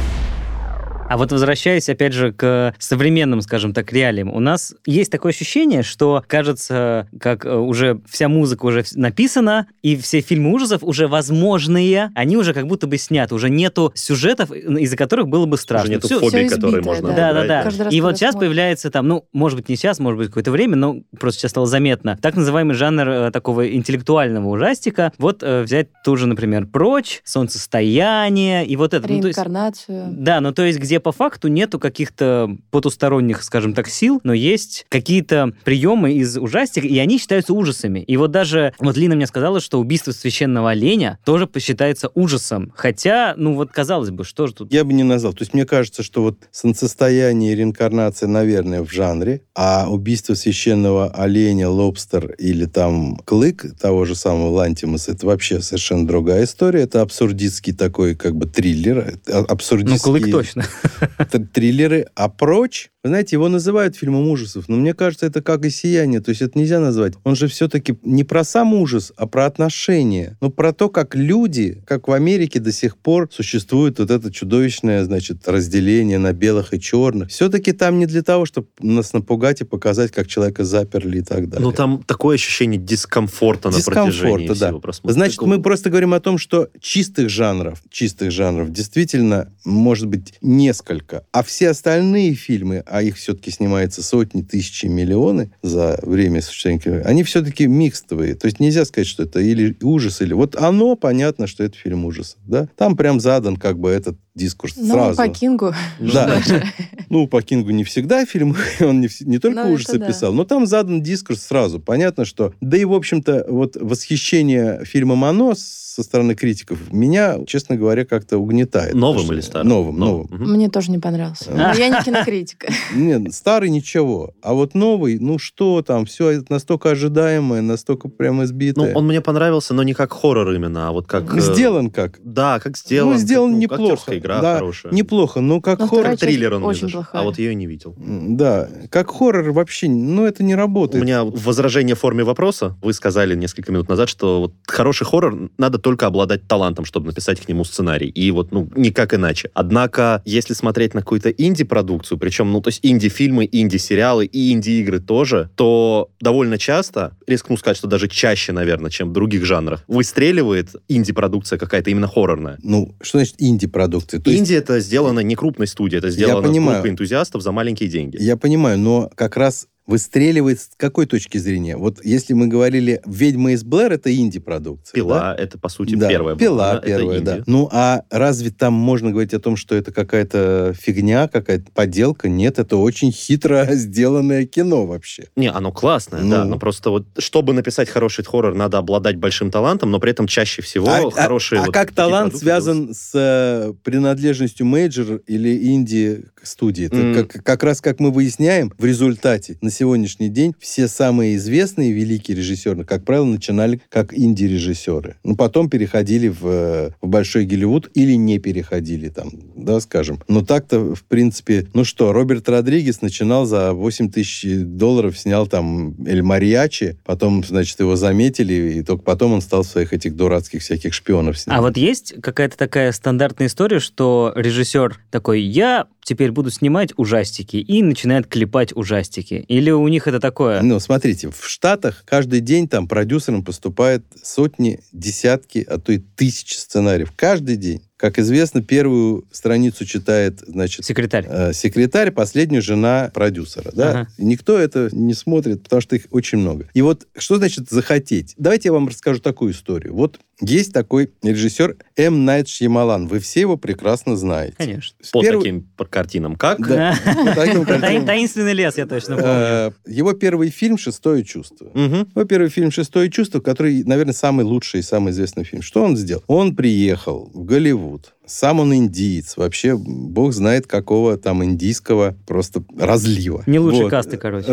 А вот возвращаясь, опять же, к современным, скажем так, реалиям, у нас есть такое ощущение, что, кажется, как уже вся музыка уже написана, и все фильмы ужасов уже возможные, они уже как будто бы сняты, уже нету сюжетов, из-за которых было бы страшно. Уже нету фобий, которые можно Да. Каждый раз, И вот сейчас смотришь. появляется там, ну, может быть, не сейчас, может быть, какое-то время, но просто сейчас стало заметно, так называемый жанр такого интеллектуального ужастика. Вот взять ту же, например, «Прочь», «Солнцестояние», и вот это. Реинкарнацию. То есть где по факту нету каких-то потусторонних, скажем так, сил, но есть какие-то приемы из ужастика, и они считаются ужасами. И вот даже вот Лина мне сказала, что убийство священного оленя тоже считается ужасом. Хотя, казалось бы, что же тут... Я бы не назвал. То есть мне кажется, что вот «Солнцестояние» и «Реинкарнация», наверное, в жанре, а убийство священного оленя, «Лобстер» или там «Клык» того же самого Лантимуса, это вообще совершенно другая история. Это абсурдистский такой как бы триллер. Абсурдистский... «Клык» точно. Триллеры. А «Прочь», вы знаете, его называют фильмом ужасов, но мне кажется, это как и «Сияние». То есть это нельзя назвать. Он же все-таки не про сам ужас, а про отношения. Но про то, как люди, как в Америке до сих пор существует вот это чудовищное, значит, разделение на белых и черных. Все-таки там не для того, чтобы нас напугать и показать, как человека заперли и так далее. Ну, там такое ощущение дискомфорта на протяжении всего просмотра. Значит, мы просто говорим о том, что чистых жанров действительно может быть несколько. А все остальные фильмы, а их все-таки снимается сотни, тысячи, миллионы за время существования кино, они все-таки микстовые. То есть нельзя сказать, что это или ужас, или... Вот оно, понятно, что это фильм ужасов. Да? Там прям задан как бы этот дискурс сразу. По Кингу. Да. По Кингу не всегда фильм, он не только ужасы писал, но там задан дискурс сразу. Понятно, что... Да и, в общем-то, вот восхищение фильмом «Оно» со стороны критиков меня, честно говоря, как-то угнетает. Новым или старым? Новым. Мне тоже не понравился. Но я не кинокритика. Нет, старый ничего. А вот новый, что там, все настолько ожидаемое, настолько прямо избитое. Он мне понравился, но не как хоррор именно, а вот как... Сделан как. Да, как сделан. Сделан неплохо. Актерская игра хорошая. Неплохо, но как хоррор... Триллер он очень мне зашел, а вот ее не видел. Да, как хоррор вообще, это не работает. У меня возражение в форме вопроса. Вы сказали несколько минут назад, что вот хороший хоррор надо только обладать талантом, чтобы написать к нему сценарий. И никак иначе. Однако, если смотреть на какую-то инди-продукцию, причем, то есть инди-фильмы, инди-сериалы и инди-игры тоже, то довольно часто, рискну сказать, что даже чаще, наверное, чем в других жанрах, выстреливает инди-продукция какая-то именно хоррорная. Что значит инди-продукция? Инди — это сделано не крупной студией, это сделано группой энтузиастов за маленькие деньги. Я понимаю, но как раз выстреливает с какой точки зрения? Вот если мы говорили «Ведьма из Блэр» — это инди-продукция. «Пила» да? — это, по сути, первая. «Пила» первая, да. А разве там можно говорить о том, что это какая-то фигня, какая-то подделка? Нет, это очень хитро сделанное кино вообще. Не, оно классное, да. Но просто чтобы написать хороший хоррор, надо обладать большим талантом, но при этом чаще всего хорошие... как талант связан с принадлежностью мейджор или инди-студии? Как раз, как мы выясняем, в результате на сегодняшний день все самые известные великие режиссеры, как правило, начинали как инди-режиссеры. Потом переходили в большой Голливуд или не переходили там, да, скажем. Но так-то, в принципе, Роберт Родригес начинал за $8000, снял там «Эль Мариачи», потом, значит, его заметили, и только потом он стал своих этих дурацких всяких шпионов снимать. А вот есть какая-то такая стандартная история, что режиссер такой: я теперь буду снимать ужастики, и начинает клепать ужастики. Или у них это такое? Ну, смотрите, в Штатах каждый день там продюсерам поступает сотни, десятки, а то и тысячи сценариев. Каждый день. Как известно, первую страницу читает, значит... Секретарь, последнюю жена продюсера. Да? Ага. Никто это не смотрит, потому что их очень много. И вот что значит захотеть? Давайте я вам расскажу такую историю. Вот есть такой режиссер М. Найт Шьямалан. Вы все его прекрасно знаете. Конечно. По таким картинам. Как? Да, по таким картинам. «Таинственный лес», я точно помню. Его первый фильм «Шестое чувство». Его первый фильм «Шестое чувство», который, наверное, самый лучший и самый известный фильм. Что он сделал? Он приехал в Голливуд. Сам он индиец. Вообще, бог знает, какого там индийского просто разлива. Не лучшие касты, короче.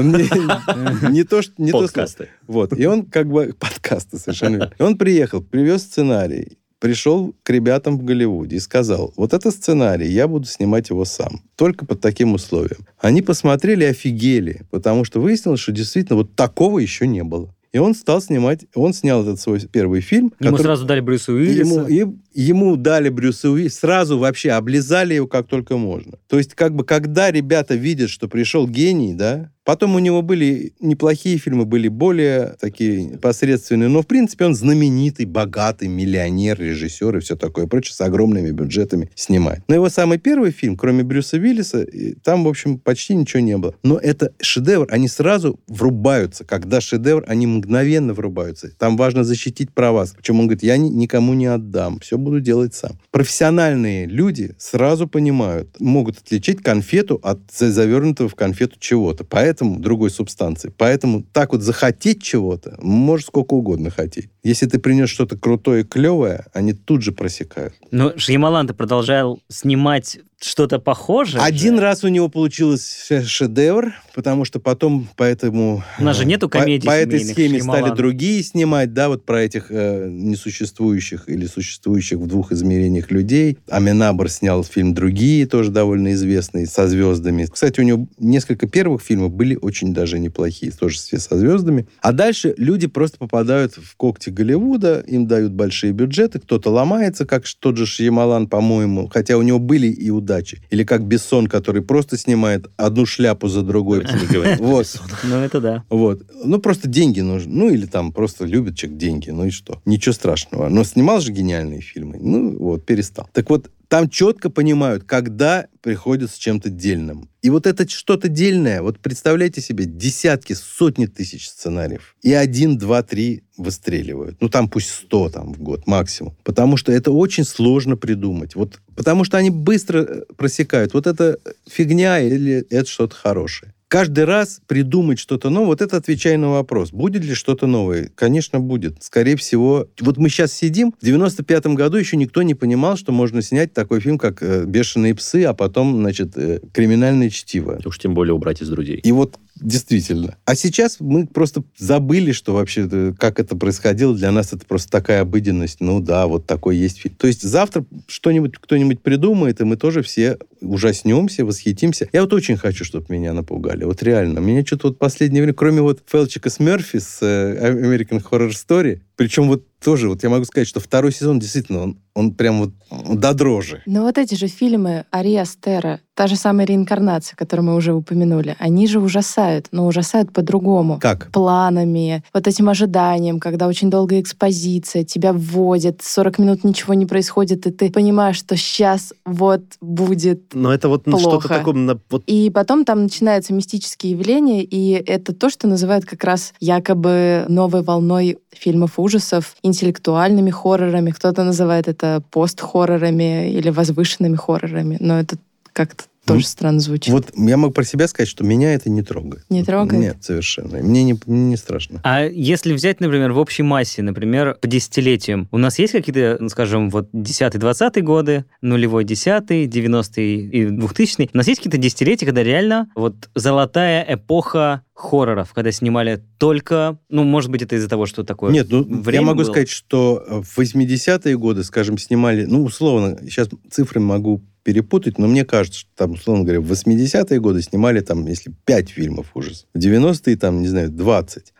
Не то, что... Подкасты. Вот. И он как бы... Подкасты, совершенно верно. И он приехал, привез сценарий, пришел к ребятам в Голливуде и сказал, вот это сценарий, я буду снимать его сам. Только под таким условием. Они посмотрели и офигели, потому что выяснилось, что действительно вот такого еще не было. И он стал снимать, он снял этот свой первый фильм. Ему сразу дали Брюса Уиллиса. Ему дали Брюса Уиллиса, сразу вообще облизали его как только можно. То есть, как бы, когда ребята видят, что пришел гений, да, потом у него были неплохие фильмы, были более такие посредственные, но, в принципе, он знаменитый, богатый, миллионер, режиссер и все такое прочее, с огромными бюджетами снимает. Но его самый первый фильм, кроме Брюса Уиллиса, там, в общем, почти ничего не было. Но это шедевр, они сразу врубаются. Когда шедевр, они мгновенно врубаются. Там важно защитить права. Причем он говорит, я никому не отдам, все буду делать сам. Профессиональные люди сразу понимают, могут отличить конфету от завернутого в конфету чего-то. Поэтому другой субстанции. Поэтому так вот захотеть чего-то, можешь сколько угодно хотеть. Если ты принес что-то крутое и клевое, они тут же просекают. Но Шьямалан-то продолжал снимать что-то похожее. Один раз у него получилось шедевр, потому что потом по этому... У нас же нету комедий по этой схеме Шьямалана. стали другие снимать, да, вот про этих несуществующих или существующих в двух измерениях людей. Аминабр снял фильм «Другие», тоже довольно известный, со звездами. Кстати, у него несколько первых фильмов были очень даже неплохие, тоже все со звездами. А дальше люди просто попадают в когти Голливуда, им дают большие бюджеты, кто-то ломается, как тот же Шьямалан, по-моему, хотя у него были и удачи. Или как Бессон, который просто снимает одну шляпу за другой. Вот. Ну, это да. Вот. Ну, просто деньги нужны. Ну, или там просто любит человек деньги. Ну и что? Ничего страшного. Но снимал же гениальные фильмы. Ну, вот, перестал. Так вот, там четко понимают, когда приходят с чем-то дельным. И вот это что-то дельное, вот представляйте себе, десятки, сотни тысяч сценариев. И 1, 2, 3 выстреливают. Ну, там пусть 100 там, в год максимум. Потому что это очень сложно придумать. Вот, потому что они быстро просекают. Вот это фигня или это что-то хорошее. Каждый раз придумать что-то новое, вот это отвечай на вопрос. Будет ли что-то новое? Конечно, будет. Скорее всего. Вот мы сейчас сидим, в 95-м году еще никто не понимал, что можно снять такой фильм, как «Бешеные псы», а потом, значит, «Криминальное чтиво». Уж тем более убрать из друзей. И вот действительно. А сейчас мы просто забыли, что вообще, как это происходило. Для нас это просто такая обыденность. Ну да, вот такой есть фильм. То есть завтра что-нибудь кто-нибудь придумает, и мы тоже все ужаснемся, восхитимся. Я вот очень хочу, чтобы меня напугали. Вот реально. Меня что-то вот в последнее время, кроме вот Фелчика с Мерфи с American Horror Story, причем вот тоже, вот я могу сказать, что второй сезон действительно, он прям вот до дрожи. Но вот эти же фильмы Ари Астера, та же самая «Реинкарнация», которую мы уже упомянули, они же ужасают, но ужасают по-другому. Как? Планами, вот этим ожиданием, когда очень долгая экспозиция, тебя вводят, 40 минут ничего не происходит, и ты понимаешь, что сейчас вот будет Но это вот плохо. что-то такое... Вот... И потом там начинаются мистические явления, и это то, что называют как раз якобы новой волной фильмов ужасов, интеллектуальными хоррорами. Кто-то называет это пост-хоррорами или возвышенными хоррорами. Но это как-то тоже странно звучит. Вот я могу про себя сказать, что меня это не трогает. Не трогает? Нет, совершенно. Мне не страшно. А если взять, например, в общей массе, например, по десятилетиям, у нас есть какие-то, скажем, вот 10-20 годы, нулевой 10-й, 90-й и 2000-й? У нас есть какие-то десятилетия, когда реально вот золотая эпоха хорроров, когда снимали только... Ну, может быть, это из-за того, что такое Нет, ну, время я могу было? сказать, что в 80-е годы, скажем, снимали... Ну, условно, сейчас цифры могу перепутать, но мне кажется, что там, условно говоря, в 80-е годы снимали там, если 5 фильмов ужасов, в 90-е там, не знаю, 20.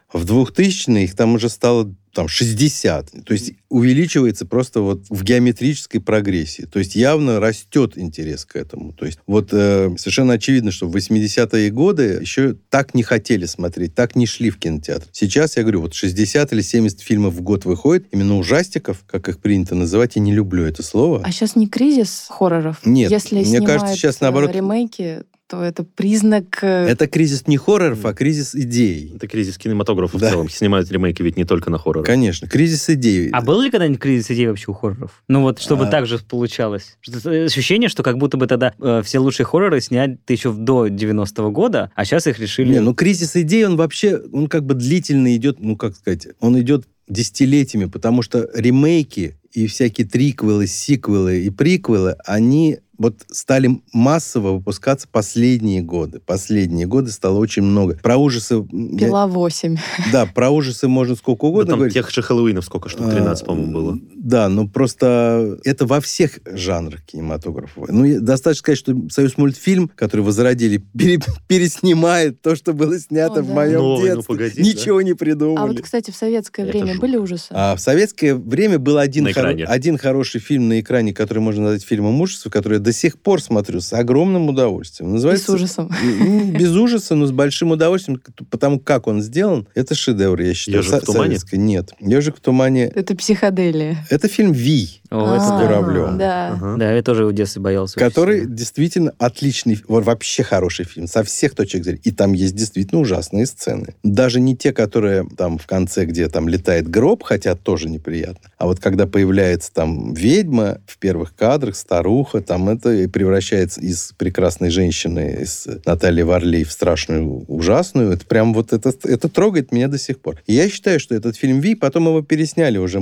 В 2000-е их там уже стало 60. То есть увеличивается просто вот в геометрической прогрессии. То есть явно растет интерес к этому. То есть вот совершенно очевидно, что в 80-е годы еще так не хотели смотреть, так не шли в кинотеатр. Сейчас, я говорю, вот 60 или 70 фильмов в год выходит, именно ужастиков, как их принято называть, я не люблю это слово. А сейчас не кризис хорроров? Нет, если мне кажется, сейчас наоборот... ремейки, то это признак... Это кризис не хорроров, а кризис идей. Это кризис кинематографа в целом. Снимают ремейки ведь не только на хорроры. Конечно, кризис идей. А был ли когда-нибудь кризис идей вообще у хорроров? Ну вот, чтобы так же получалось. Ощущение, что как будто бы тогда все лучшие хорроры сняли еще до 90-го года, а сейчас их решили... Не, ну кризис идей, он вообще, он как бы длительно идет, ну как сказать, он идет десятилетиями, потому что ремейки и всякие триквелы, сиквелы и приквелы, они вот стали массово выпускаться последние годы. Последние годы стало очень много. Про ужасы... Пила 8. Да, про ужасы можно сколько угодно там говорить. Тех же Хэллоуинов сколько штук? 13, по-моему, было. Да, но просто это во всех жанрах кинематографа. Ну, достаточно сказать, что Союзмультфильм, который возродили, переснимает то, что было снято в моем детстве. Ничего не придумали. А вот, кстати, в советское время были ужасы? В советское время был один хороший фильм на экране, который можно назвать фильмом ужасов, который я до сих пор смотрю с огромным удовольствием. Называется, и с ужасом. Без ужаса, но с большим удовольствием, потому как он сделан. Это шедевр, я считаю. «Ежик в тумане»? Нет. «Ежик в тумане». Это психоделия. Это фильм «Вий» с Журавлем. Да. Да, я тоже в детстве боялся. Который действительно отличный, вообще хороший фильм, со всех точек зрения. И там есть действительно ужасные сцены. Даже не те, которые там в конце, где там летает гроб, хотя тоже неприятно. А вот когда появляется там ведьма в первых кадрах, старуха, там это и превращается из прекрасной женщины, из Натальи Варлей в страшную, ужасную. Это прям вот это трогает меня до сих пор. И я считаю, что этот фильм «Вий», потом его пересняли уже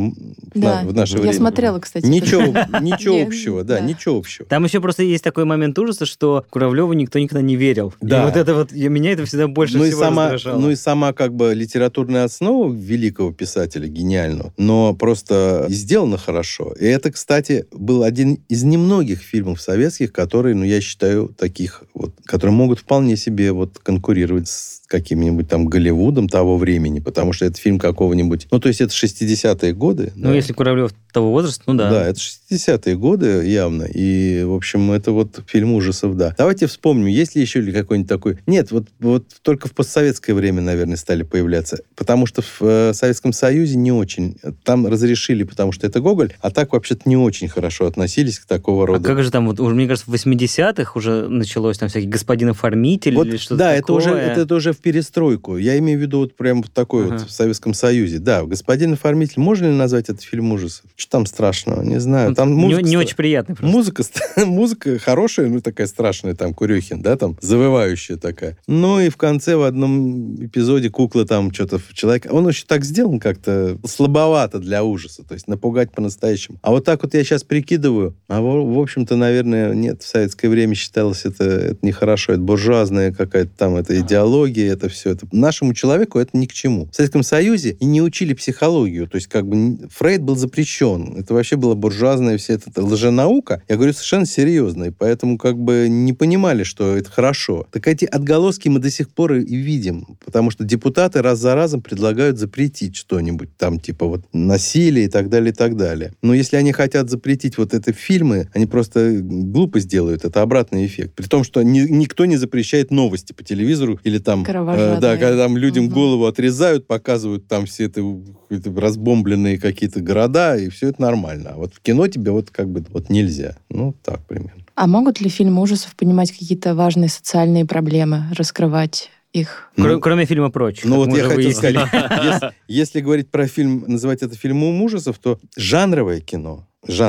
в наше время. Я смотрела, кстати. Ничего общего, да, ничего общего. Там еще просто есть такой момент ужаса, что Куравлеву никто никогда не верил. Да. И вот это вот, меня это всегда больше всего раздражало. Ну и сама как бы литературная основа великого писателя, гениального, но просто сделано хорошо. И это, кстати, был один из немногих фильмов советских, которые, я считаю, таких вот, которые могут вполне себе вот конкурировать с каким-нибудь там Голливудом того времени, потому что это фильм какого-нибудь... то есть это 60-е годы. Если Куравлев того возраста, да. Да, это 60-е годы явно. И, в общем, это вот фильм ужасов, да. Давайте вспомним, есть ли еще какой-нибудь такой... Нет, вот только в постсоветское время, наверное, стали появляться. Потому что в Советском Союзе не очень. Там разрешили, потому что это Гоголь, а так вообще-то не очень хорошо относились к такого рода... А как же там, мне кажется, в 80-х уже началось там всякий «Господин оформитель» или что-то да, такое? это уже в перестройку. Я имею в виду вот прям такой вот в Советском Союзе. Да, «Господин оформитель». Можно ли назвать это фильм ужасов? Что там страшного? Не знаю. Там музыка не очень приятный просто. Музыка хорошая, такая страшная, там, Курехин, да, там, завывающая такая. И в конце в одном эпизоде кукла там что-то в человека... Он еще так сделан как-то слабовато для ужаса, то есть напугать по-настоящему. А вот так вот я сейчас прикидываю, в общем-то, наверное, нет, в советское время считалось это нехорошо, это буржуазная какая-то там, это идеология, это все. Это нашему человеку это ни к чему. В Советском Союзе и не учили психологию, то есть как бы Фрейд был запрещен. Это вообще была буржуазная вся эта лженаука. Я говорю совершенно серьезно, и поэтому как бы не понимали, что это хорошо. Так эти отголоски мы до сих пор и видим, потому что депутаты раз за разом предлагают запретить что-нибудь там, типа вот насилие и так далее, и так далее. Но если они хотят запретить вот это фильмы, они просто глупость делают. Это обратный эффект. При том, что никто не запрещает новости по телевизору или там... да, когда там людям голову отрезают, показывают там все это разбомбленные какие-то города, и все это нормально. А вот в кино тебе вот как бы вот нельзя. Так примерно. А могут ли фильмы ужасов понимать какие-то важные социальные проблемы, раскрывать их? Кроме фильма «Прочь». Я хотел сказать, если говорить про фильм, называть это фильмом ужасов, то жанровое кино,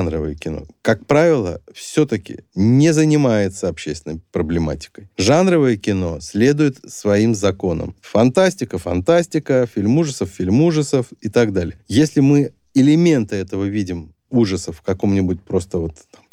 как правило, все-таки не занимается общественной проблематикой. Жанровое кино следует своим законам. Фантастика, фильм ужасов и так далее. Если мы элементы этого видим ужасов в каком-нибудь просто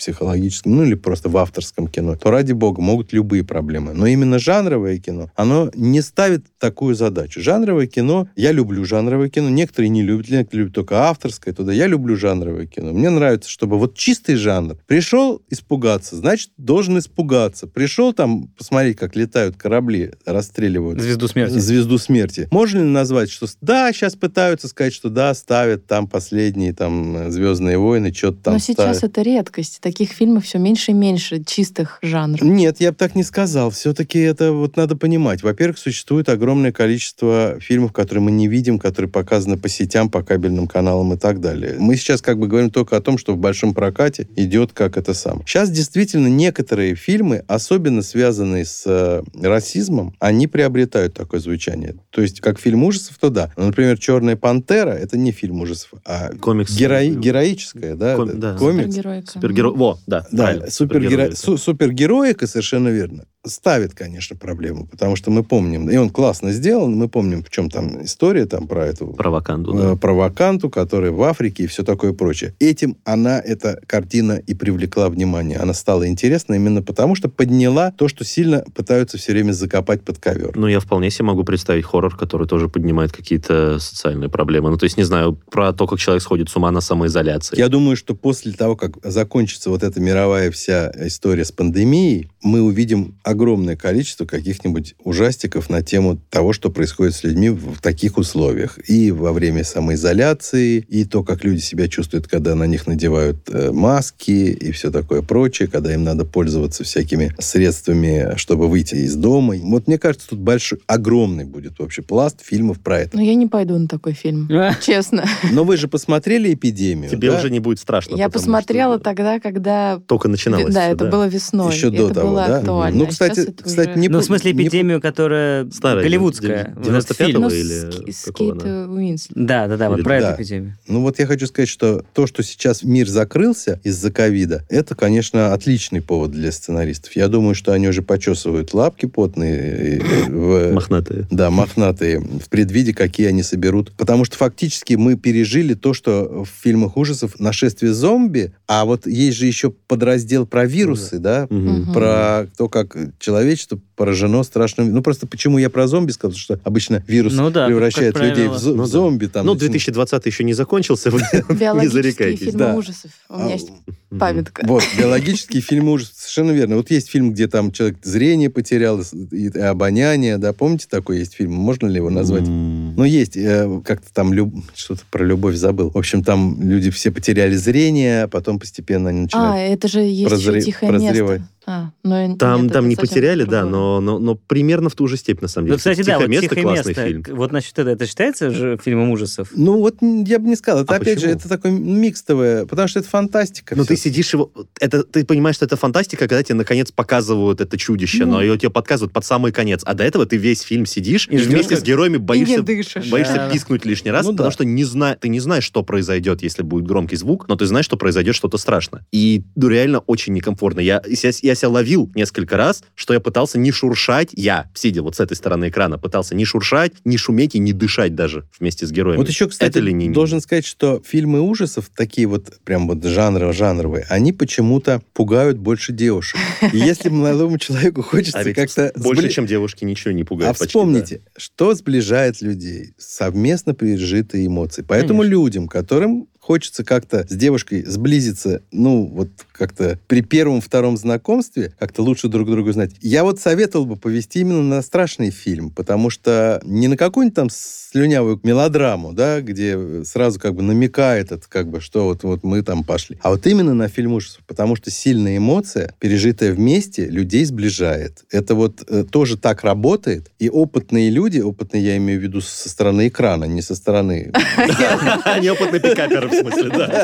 психологическом, ну или просто в авторском кино, то, ради бога, могут любые проблемы. Но именно жанровое кино, оно не ставит такую задачу. Жанровое кино, я люблю жанровое кино, некоторые не любят, некоторые любят только авторское, туда. Я люблю жанровое кино. Мне нравится, чтобы вот чистый жанр. Пришел испугаться, значит, должен испугаться. Пришел там посмотреть, как летают корабли, расстреливают. Звезду смерти. Звезду смерти. Можно ли назвать, что да, сейчас пытаются сказать, что да, ставят там последние там «Звездные войны», что-то там Но ставят. сейчас это редкость. Таких фильмов все меньше и меньше, чистых жанров. Нет, я бы так не сказал. Все-таки это вот надо понимать. Во-первых, существует огромное количество фильмов, которые мы не видим, которые показаны по сетям, по кабельным каналам и так далее. Мы сейчас как бы говорим только о том, что в большом прокате идет как это сам. Сейчас действительно некоторые фильмы, особенно связанные с расизмом, они приобретают такое звучание. То есть, как фильм ужасов, то да. Например, «Черная пантера» — это не фильм ужасов, а комикс. Героическая, да? Да. Комикс. Супергеройка. Во, да. Да, супергероика, совершенно верно. Ставит, конечно, проблему, потому что мы помним, и он классно сделан, мы помним, в чем там история там про эту... Про Ваканду, да. Про Ваканду, которая в Африке и все такое прочее. Этим эта картина и привлекла внимание. Она стала интересна именно потому, что подняла то, что сильно пытаются все время закопать под ковер. Ну, я вполне себе могу представить хоррор, который тоже поднимает какие-то социальные проблемы. Ну, то есть, не знаю, про то, как человек сходит с ума на самоизоляции. Я думаю, что после того, как закончится вот эта мировая вся история с пандемией, мы увидим огромное количество каких-нибудь ужастиков на тему того, что происходит с людьми в таких условиях. И во время самоизоляции, и то, как люди себя чувствуют, когда на них надевают маски и все такое прочее, когда им надо пользоваться всякими средствами, чтобы выйти из дома. Вот мне кажется, тут огромный будет вообще пласт фильмов про это. Но я не пойду на такой фильм, честно. Но вы же посмотрели «Эпидемию», Тебе да? уже не будет страшно. Я посмотрела тогда, когда... Только начиналось. Да, это было весной. Еще до того, было да? актуально. Ну, А кстати, сейчас это уже... не... Ну, в смысле, «Эпидемию», которая старая, голливудская. 95-го Ну, или с какого Кейт она? Уинслет. Да, вот Или- про да. эту «Эпидемию». Ну вот я хочу сказать, что то, что сейчас мир закрылся из-за ковида, это, конечно, отличный повод для сценаристов. Я думаю, что они уже почесывают лапки потные. Мохнатые. Да, мохнатые, в предвиде, какие они соберут. Потому что фактически мы пережили то, что в фильмах ужасов нашествие зомби, а вот есть же еще подраздел про вирусы, да? Мгм. Про то, как человечество поражено страшным... Ну, просто почему я про зомби сказал, что обычно вирус Ну да, превращает как людей правило. в Ну да. зомби. Там, Ну, этим- 2020 еще не закончился, вы не Биологические зарекайтесь. фильмы Да. ужасов. У меня есть памятка. Вот, биологические фильмы ужасов. Совершенно верно. Вот есть фильм, где там человек зрение потерял, и обоняние, да, помните, такой есть фильм? Можно ли его назвать? Ну, есть, как-то там что-то про любовь забыл. В общем, там люди все потеряли зрение, а потом постепенно они начинают... Это же есть еще «Тихое прозревать. место». Но нет, Там это не совсем потеряли, да, другое. но примерно в ту же степень, на самом деле. Ну, кстати, да, «Тихое вот место» «Тихое классный место». фильм. Вот, значит, это считается же фильмом ужасов? Ну, вот я бы не сказал. Это, А опять почему? же, это такой микстовое, потому что это фантастика. Но ты всё-таки. сидишь его... ты понимаешь, что это фантастика, когда тебе, наконец, показывают это чудище, но ее тебе подсказывают под самый конец. А до этого ты весь фильм сидишь и ждёшь, вместе с как- героями И не боишься дышишь. Да. пискнуть лишний раз, Ну потому да. что ты не знаешь, что произойдет, если будет громкий звук, но ты знаешь, что произойдет что-то страшное. И реально очень некомфортно. Я себя ловил несколько раз, что я пытался не шуршать, сидя вот с этой стороны экрана, пытался не шуршать, не шуметь и не дышать даже вместе с героями. Вот еще, кстати, Это ли не... должен сказать, что фильмы ужасов, такие вот прям вот жанровые, они почему-то пугают больше девушек. И если молодому человеку хочется А ведь как-то... больше, чем девушки, ничего не пугает. А почти, вспомните, что сближает людей? Совместно пережитые эмоции. Поэтому людям, которым хочется как-то с девушкой сблизиться, ну, вот как-то при первом-втором знакомстве, как-то лучше друг друга знать. Я вот советовал бы повести именно на страшный фильм, потому что не на какую-нибудь там слюнявую мелодраму, да, где сразу как бы намекает это, как бы, что вот мы там пошли. А вот именно на фильм ужасов, потому что сильная эмоция, пережитая вместе, людей сближает. Это вот тоже так работает, и опытные люди, опытные я имею в виду со стороны экрана, не со стороны... Неопытный пикапер, в смысле, да.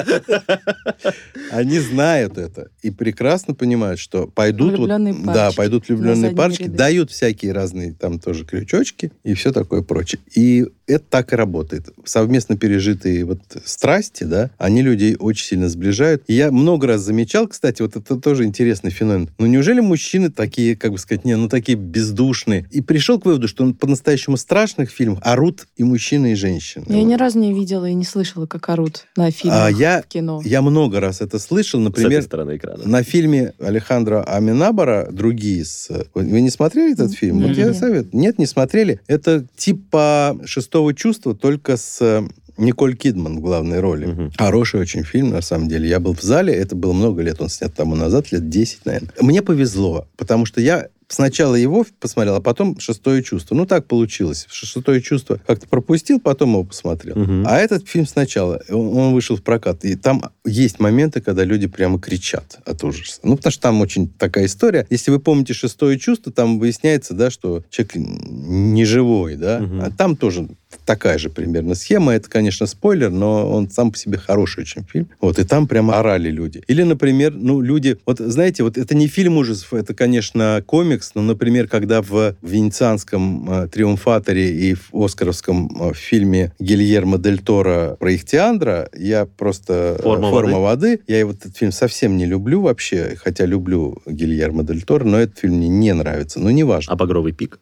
Они знают это и прекрасно понимают, что пойдут Влюбленные вот, парочки да, пойдут на влюбленные задние парочки, ряды. дают всякие разные там тоже крючочки и все такое прочее. И это так и работает. Совместно пережитые вот страсти, да, они людей очень сильно сближают. И я много раз замечал, кстати, вот это тоже интересный феномен. Ну, неужели мужчины такие, как бы сказать, такие бездушные? И пришел к выводу, что по-настоящему страшных фильмах орут и мужчины, и женщины. Я ни разу не видела и не слышала, как орут. на фильмах в кино? Я много раз это слышал. Например, с этой стороны экрана. На фильме Алехандро Аменабара «Другие». Вы не смотрели этот фильм? Вот я советую. Нет, не смотрели. Это типа «Шестого чувства», только с Николь Кидман в главной роли. Хороший очень фильм, на самом деле. Я был в зале, это было много лет, он снят тому назад, лет 10, наверное. Мне повезло, потому что я сначала его посмотрел, а потом «Шестое чувство». Ну, так получилось. «Шестое чувство» как-то пропустил, потом его посмотрел. А этот фильм сначала, он вышел в прокат. И там есть моменты, когда люди прямо кричат от ужаса. Ну, потому что там очень такая история. Если вы помните «Шестое чувство», там выясняется, да, что человек не живой, да. А там тоже такая же примерно схема. Это, конечно, спойлер, но он сам по себе хороший очень фильм. Вот, и там прямо орали люди. Или, например, ну, люди... Вот, знаете, вот это не фильм ужасов, это, конечно, комикс, но, например, когда в венецианском «Триумфаторе» и в оскаровском фильме Гильермо дель Торо про Ихтиандра, я просто... «Форма воды». Я этот фильм совсем не люблю вообще, хотя люблю Гильермо дель Торо, но этот фильм мне не нравится. Ну, неважно. А «Багровый пик»?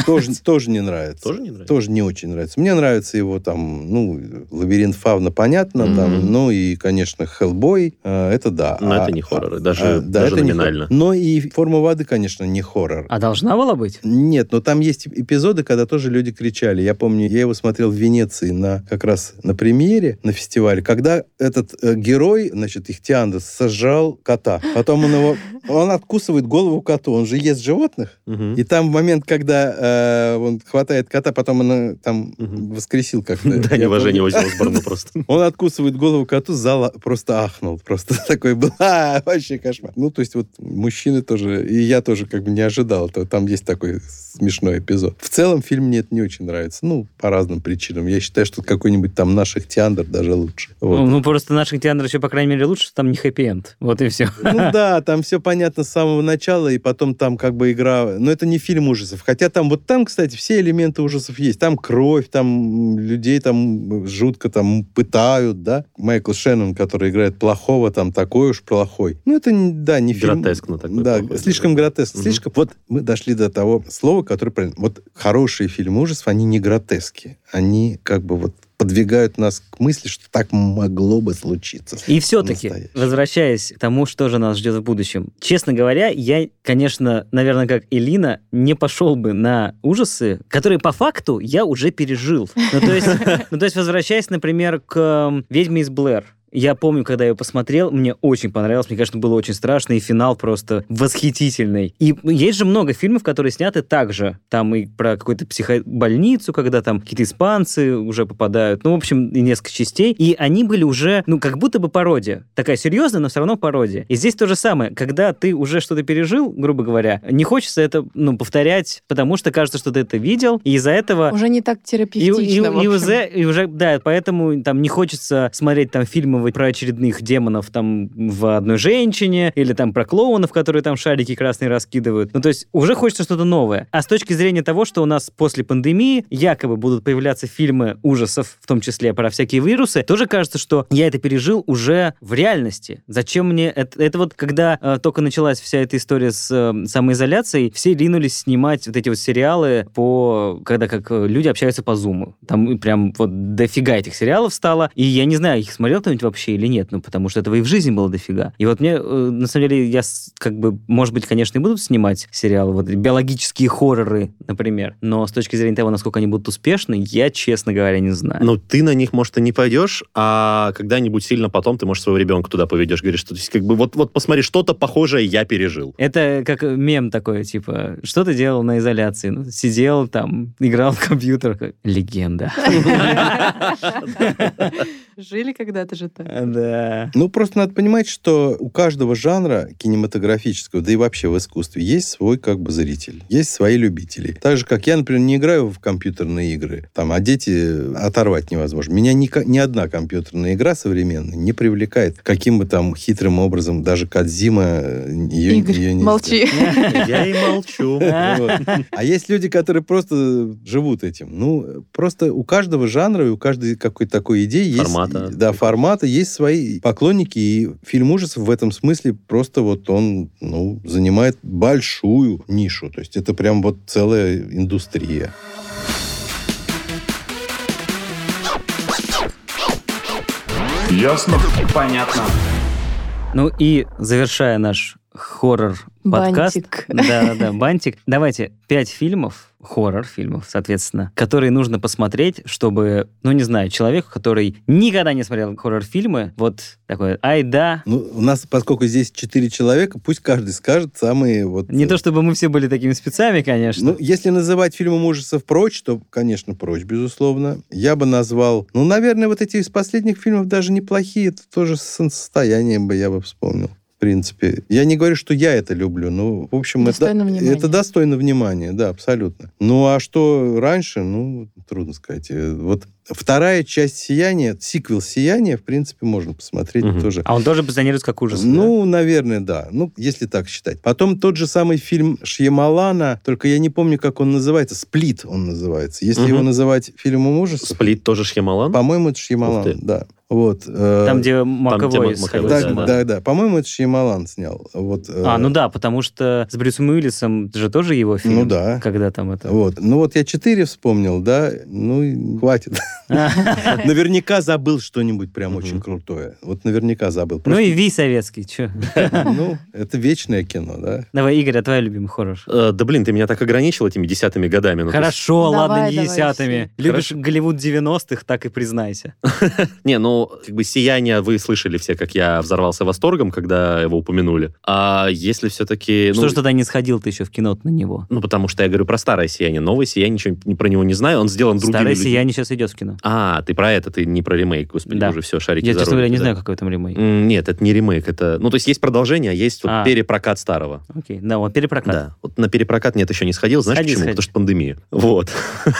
Тоже не нравится. Тоже не нравится? Тоже не очень нравится. Мне нравится его там, ну, «Лабиринт Фавна», понятно, там, ну, и, конечно, «Хеллбой», это да. Но это не хоррор, даже номинально. Но и «Форма воды», конечно, не хоррор. А должна была быть? Нет, но там есть эпизоды, когда тоже люди кричали. Я помню, я его смотрел в Венеции как раз на премьере, на фестивале, когда этот герой, значит, Ихтиандр, сожрал кота. Потом он откусывает голову коту. Он же ест животных. И там момент, когда он хватает кота, потом он там воскресил как-то. Да, неуважение Оззи Осборна просто. Он откусывает голову коту, зал просто ахнул. Просто такой был, вообще кошмар. Ну, то есть вот мужчины тоже, и я тоже как бы не ожидал. Там есть такой смешной эпизод. В целом фильм мне это не очень нравится. Ну, по разным причинам. Я считаю, что какой-нибудь там «Наш Ихтиандр» даже лучше. Вот. Ну, просто «Наш Ихтиандр» еще, по крайней мере, лучше, что там не хэппи-энд. Вот и все. Ну да, там все понятно с самого начала, и потом там как бы игра... Но это не фильм ужасов. Хотя там, кстати, все элементы ужасов есть. Там кровь, там людей там жутко там пытают, да. Майкл Шеннон, который играет плохого, там такой уж плохой. Ну, это, да, не фильм. Гротескно такой. Да, слишком гротескно. Слишком... Вот мы дошли до того слова, которое правильно. Вот хорошие фильмы ужасов, они не гротеские. Они как бы вот подвигают нас к мысли, что так могло бы случиться. И все-таки, возвращаясь к тому, что же нас ждет в будущем. Честно говоря, я, конечно, наверное, как Элина, не пошел бы на ужасы, которые по факту я уже пережил. Ну, то есть, возвращаясь, например, к «Ведьме из Блэр». Я помню, когда я ее посмотрел, мне очень понравилось, мне, конечно, было очень страшно, и финал просто восхитительный. И есть же много фильмов, которые сняты так же. Там и про какую-то психобольницу, когда там какие-то испанцы уже попадают. Ну, в общем, и несколько частей. И они были уже, ну, как будто бы пародия. Такая серьезная, но все равно пародия. И здесь то же самое. Когда ты уже что-то пережил, грубо говоря, не хочется это, ну, повторять, потому что кажется, что ты это видел, и из-за этого... Уже не так терапевтично, и уже, да, поэтому там не хочется смотреть там фильмы про очередных демонов там в одной женщине, или там про клоунов, которые там шарики красные раскидывают. Ну, то есть уже хочется что-то новое. А с точки зрения того, что у нас после пандемии якобы будут появляться фильмы ужасов, в том числе про всякие вирусы, тоже кажется, что я это пережил уже в реальности. Зачем мне это? Это вот когда только началась вся эта история с самоизоляцией, все ринулись снимать вот эти вот сериалы когда как люди общаются по Зуму. Там прям вот дофига этих сериалов стало. И я не знаю, их смотрел кто-нибудь вообще или нет, ну, потому что этого и в жизни было дофига. И вот мне, на самом деле, я как бы, может быть, конечно, и будут снимать сериалы, вот биологические хорроры, например, но с точки зрения того, насколько они будут успешны, я, честно говоря, не знаю. Ну, ты на них, может, и не пойдешь, а когда-нибудь сильно потом ты, может, своего ребенка туда поведешь, говоришь, что, то есть, как бы, вот посмотри, что-то похожее я пережил. Это как мем такой, типа, что ты делал на изоляции? Ну, сидел там, играл в компьютер. Легенда. Жили когда-то же так. Да. Ну, просто надо понимать, что у каждого жанра кинематографического, да и вообще в искусстве, есть свой как бы зритель, есть свои любители. Так же, как я, например, не играю в компьютерные игры, там, а дети оторвать невозможно. Меня ни одна компьютерная игра современная не привлекает каким бы там хитрым образом, даже Кодзима ее не молчи. Я и молчу. А есть люди, которые просто живут этим. Ну, просто у каждого жанра и у каждой какой-то такой идеи есть... Формата есть свои поклонники, и фильм ужасов в этом смысле просто вот он, ну, занимает большую нишу. То есть это прям вот целая индустрия. Ясно? Понятно. Ну и завершая наш хоррор-подкаст. Бантик. Да, бантик. Давайте 5 фильмов, хоррор-фильмов, соответственно, которые нужно посмотреть, чтобы, ну, не знаю, человеку, который никогда не смотрел хоррор-фильмы, вот такой, ай да. Ну, у нас, поскольку здесь 4 человека, пусть каждый скажет самые вот... Не то чтобы мы все были такими спецами, конечно. Ну, если называть фильмом ужасов «Прочь», то, конечно, «Прочь», безусловно. Я бы назвал... Ну, наверное, вот эти из последних фильмов даже неплохие. Это тоже «Состояние» бы я бы вспомнил. В принципе. Я не говорю, что я это люблю, но, в общем, это достойно внимания, да, абсолютно. Ну, а что раньше, ну, трудно сказать. Вот вторая часть «Сияния», сиквел «Сияния», в принципе, можно посмотреть тоже. А он тоже позиционируется как ужас? Ну, да? Наверное, да. Ну, если так считать. Потом тот же самый фильм Шьямалана, только я не помню, как он называется. «Сплит» он называется. Если его называть фильмом ужасов... «Сплит» тоже Шьямалан? По-моему, это Шьямалан, да. Вот, там, где Маковой сходил. Да. По-моему, это Шьямалан снял. Вот, ну да, потому что с Брюсом Уиллисом же тоже его фильм. Ну да. Когда там это... Вот. Ну вот я 4 вспомнил, да, ну хватит. Наверняка забыл что-нибудь прям очень крутое. Вот наверняка забыл. Ну и Ви советский, что? Ну, это вечное кино, да. Давай, Игорь, а твой любимый хоррор? Да блин, ты меня так ограничил этими 10-ми годами. Хорошо, ладно, не 10-ми. Любишь Голливуд 90-х, так и признайся. Не, ну, как бы «Сияние» вы слышали все, как я взорвался восторгом, когда его упомянули. А если все-таки... Что ж тогда не сходил ты еще в кино на него? Ну, потому что я говорю про старое «Сияние». Новое «Сияние», ничего про него не знаю. Он сделан другими людьми. Старое «Сияние» сейчас идет в кино. А, ты про это, ты не про ремейк. Господи, да. Уже все, шарики я, за честно говоря, не да. знаю, какой там ремейк. Нет, это не ремейк. Это... Ну, то есть продолжение, а есть вот перепрокат старого. Окей, да, вот перепрокат. Да, вот на перепрокат нет, еще не сходил. Знаешь почему? Потому что пандемия. Вот.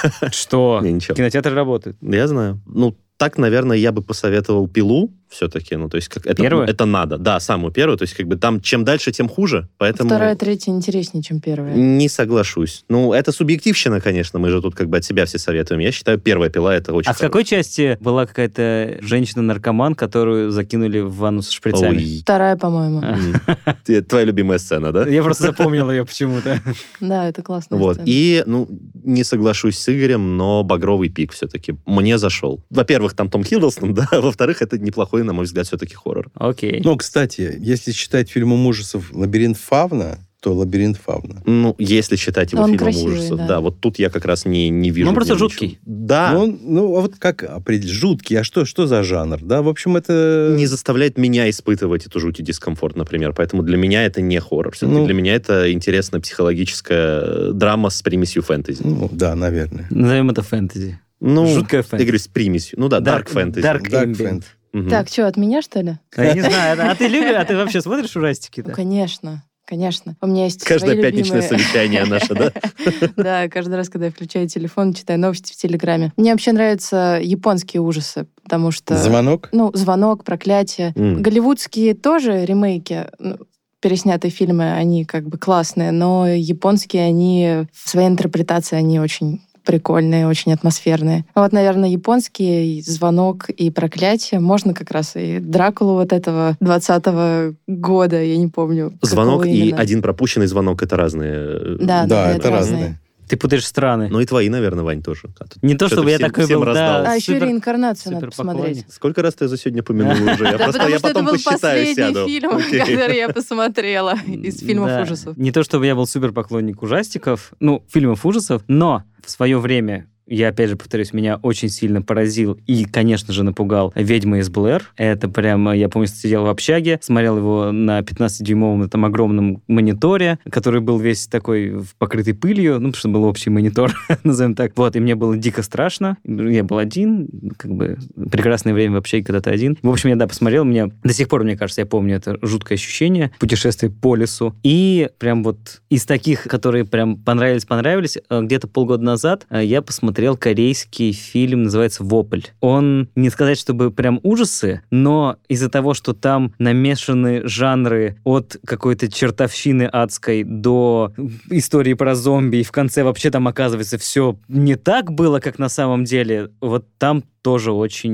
Что? Кинотеатры работают. Я знаю. Ну, так, наверное, я бы посоветовал «Пилу» все-таки. Ну, то есть, как это надо. Да, самую первую. То есть, как бы там чем дальше, тем хуже. Поэтому... Вторая, третья интереснее, чем первая. Не соглашусь. Ну, это субъективщина, конечно. Мы же тут как бы от себя все советуем. Я считаю, первая «Пила» это очень в какой части была какая-то женщина-наркоман, которую закинули в ванну с шприцами? Ой. Вторая, по-моему. Это твоя любимая сцена, да? Я просто запомнил ее почему-то. Да, это классная сцена. И, ну, не соглашусь с Игорем, но «Багровый пик» все-таки мне зашел. Во-первых, там Том Хиддлстон, да, во-вторых, это неплохой, на мой взгляд, все-таки хоррор. Окей. Ну, кстати, если считать фильмом ужасов «Лабиринт Фавна», то «Лабиринт Фавна». Ну, если считать его фильмом ужасов, да, вот тут я как раз не вижу. Он просто жуткий. Да. Ну, а вот как определить? Жуткий, а что за жанр? Да, в общем, это... Не заставляет меня испытывать эту жуть и дискомфорт, например. Поэтому для меня это не хоррор. Все-таки для меня это интересная психологическая драма с примесью фэнтези. Ну, да, наверное. Назовем это фэнтези. Ну, жуткая фэнтези. Я говорю, с примесью. Ну да, dark фэнтези. Dark фэнтези. Так, что, от меня, что ли? Я не знаю. А ты любишь? А ты вообще смотришь ужастики? Ну, конечно. Конечно. У меня есть каждое свои пятничное совещание наше, да? Да, каждый раз, когда я включаю телефон, читаю новости в Телеграме. Мне вообще нравятся японские ужасы, потому что... «Звонок»? Ну, «Звонок», «Проклятие». Голливудские тоже ремейки, переснятые фильмы, они как бы классные, но японские, они в своей интерпретации, они очень прикольные, очень атмосферные. Вот, наверное, японские, «Звонок» и «Проклятие». Можно как раз и Дракулу вот этого 20-го года, я не помню. «Звонок» и «Один пропущенный звонок» — это разные... Да, это разные. Ты путаешь страны. Ну и твои, наверное, Вань, тоже. Не то, чтобы я такой был, да. А еще «Реинкарнацию» надо посмотреть. Сколько раз ты за сегодня помянула уже? Я потом посчитаю, сяду. Это был последний фильм, который я посмотрела из фильмов ужасов. Не то, чтобы я был суперпоклонник ужастиков, фильмов ужасов, но в свое время... Я, опять же, повторюсь, меня очень сильно поразил и, конечно же, напугал «Ведьма из Блэр». Это прямо, я помню, сидел в общаге, смотрел его на 15-дюймовом этом огромном мониторе, который был весь такой покрытый пылью, потому что был общий монитор, назовем так. Вот, и мне было дико страшно. Я был один, как бы прекрасное время в общаге, когда ты один. В общем, я, посмотрел, до сих пор, мне кажется, я помню это жуткое ощущение путешествия по лесу. И прям вот из таких, которые прям понравились, где-то полгода назад я посмотрел корейский фильм, называется «Вопль». Он, не сказать, чтобы прям ужасы, но из-за того, что там намешаны жанры от какой-то чертовщины адской до истории про зомби, и в конце вообще там, оказывается, все не так было, как на самом деле, вот там тоже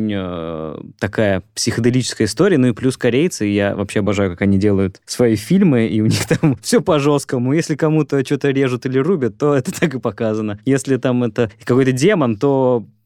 очень такая психоделическая история. Ну и плюс корейцы, я вообще обожаю, как они делают свои фильмы, и у них там все по-жесткому. Если кому-то что-то режут или рубят, то это так и показано. Если там это какой-то демон, то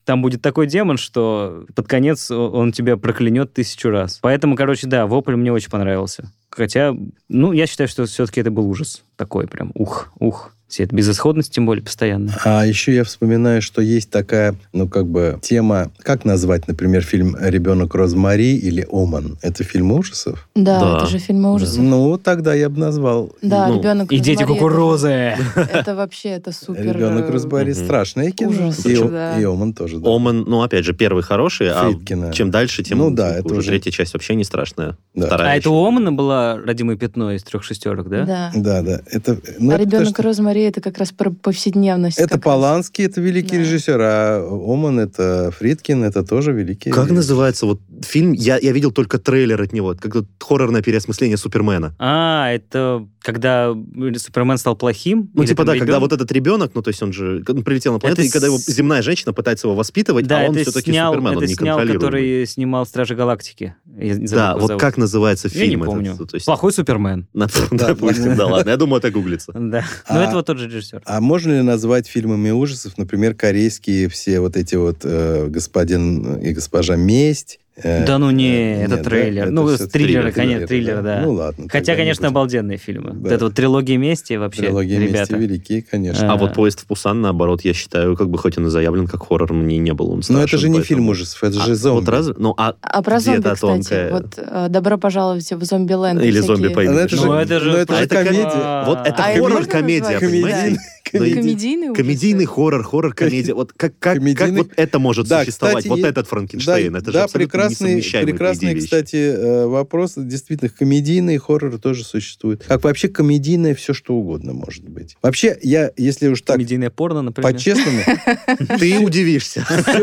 там будет такой демон, что под конец он тебя проклянет 1000 раз. Поэтому, короче, да, «Вопль» мне очень понравился. Хотя, я считаю, что все-таки это был ужас. Такой прям ух. Все это безысходность, тем более, постоянно. А еще я вспоминаю, что есть такая, тема, как назвать, например, фильм «Ребенок Розмари» или «Оман». Это фильм ужасов? Да, это же фильм ужасов. Тогда я бы назвал... Да, «Ребенок Розмари». И «Дети кукурузы». Это вообще, это супер... «Ребенок Розмари» страшное кино. Ужас, и «Оман» тоже, да. «Оман», опять же, первый хороший, Фридкина. А чем дальше, тем это хуже. уже... Третья часть вообще не страшная. Да. Вторая это у Омана была «Родимое пятно» из 3 шестерок, да? Да. Да. «Ребенок Розмари» это как раз про повседневность. Это Поланский, это великий режиссер, а Оман, это Фридкин, это тоже великий Как режиссер. называется фильм? Я видел только трейлер от него. Как хоррорное переосмысление Супермена. Это когда Супермен стал плохим? Когда вот этот ребенок, то есть он же прилетел на планету, и когда его земная женщина пытается его воспитывать, а он все-таки Супермен, он не контролируемый. Который снимал «Стражи Галактики». Да, вот как называется фильм? Я не помню. «Плохой Супермен». Допустим, да ладно. Я думаю, это гуглится. Да. Но это вот тот же режиссер. А можно ли назвать фильмами ужасов, например, корейские все вот эти вот «Господин и госпожа Месть»? Да это трейлер. Да? Это триллеры, конечно, триллер, да. Ладно. Хотя, конечно, обалденные фильмы. Да. Это вот «Трилогия мести» вообще, «Трилогия ребята. мести» великие, конечно. А вот «Поезд в Пусан», наоборот, я считаю, хоть он и заявлен как хоррор, мне не был он страшен. Но это же не фильм ужасов, это же зомби. А про зомби, кстати, «Добро пожаловать в зомби-ленд». Или «Зомби по имени». Это же комедия. Вот это хоррор-комедия, понимаете? Комедийный хоррор, хоррор-комедия. Вот как вот это может существовать? Вот этот Франкенштейн. Это же абсолютно прекрасный, кстати, вопрос. Действительно, комедийный хоррор тоже существует. Как вообще комедийное все что угодно может быть. Вообще, если уж так... Комедийное порно, например. По-честному... Ты удивишься.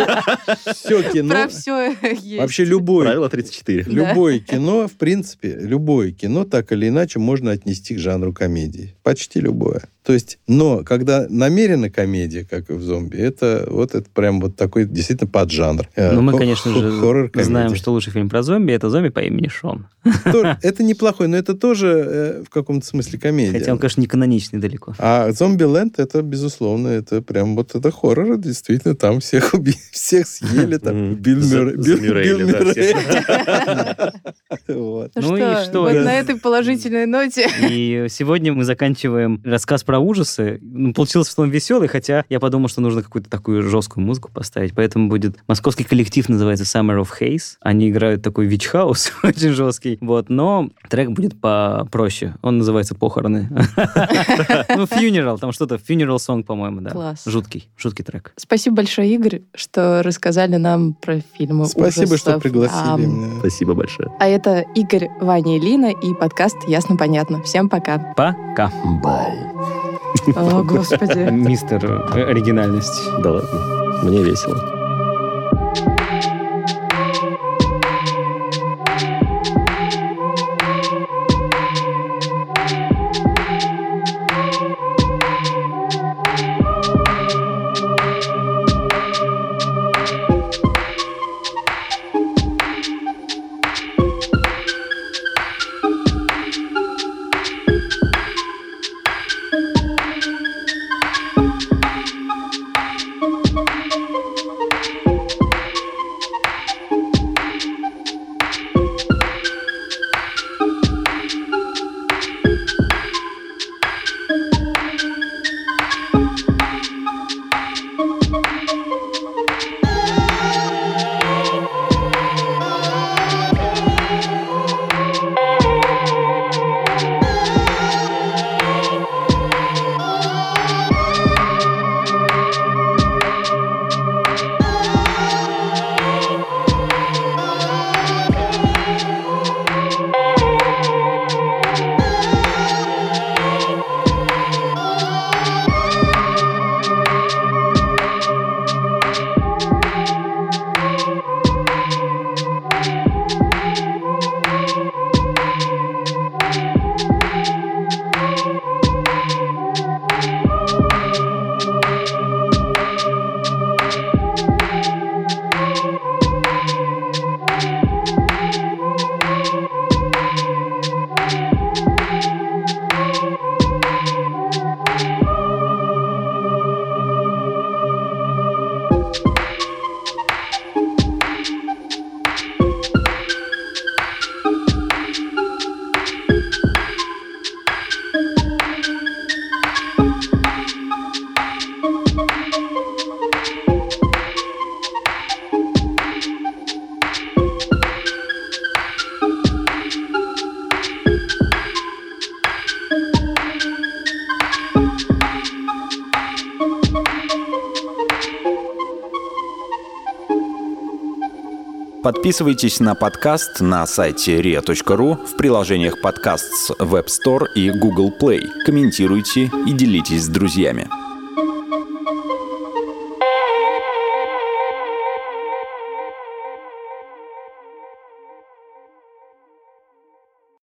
Все кино... Про все есть. Вообще любое... Правило 34. Любое кино, в принципе, любое кино так или иначе можно отнести к жанру комедии. Почти любое. То есть, но когда намеренно комедия, как и в «Зомби», это прям вот такой действительно поджанр. Мы, конечно же, знаем, что лучший фильм про зомби — это «Зомби по имени Шон». Это неплохой, но это тоже в каком-то смысле комедия. Хотя он, конечно, не каноничный далеко. А «Зомби-ленд» — это, безусловно, это прям это хоррор. Действительно, там всех съели. Там Билл Мюррей. Ну что, вот на этой положительной ноте. И сегодня мы заканчиваем рассказ про ужасы. Получился в целом веселый, хотя я подумал, что нужно какую-то такую жесткую музыку поставить. Поэтому будет московский коллектив, называется Summer of Haze. Они играют такой вич-хаус, очень жесткий. Но трек будет попроще. Он называется «Похороны». Funeral, там что-то, Funeral Song, по-моему, да. Класс. Жуткий трек. Спасибо большое, Игорь, что рассказали нам про фильмы ужасов. Спасибо, что пригласили меня. Спасибо большое. А это Игорь, Ваня и Лина и подкаст «Ясно-понятно». Всем пока. Пока. Бай. О, Господи. Мистер оригинальность. Да ладно, мне весело. Подписывайтесь на подкаст на сайте ria.ru, в приложениях подкаст с Web Store и Google Play. Комментируйте и делитесь с друзьями.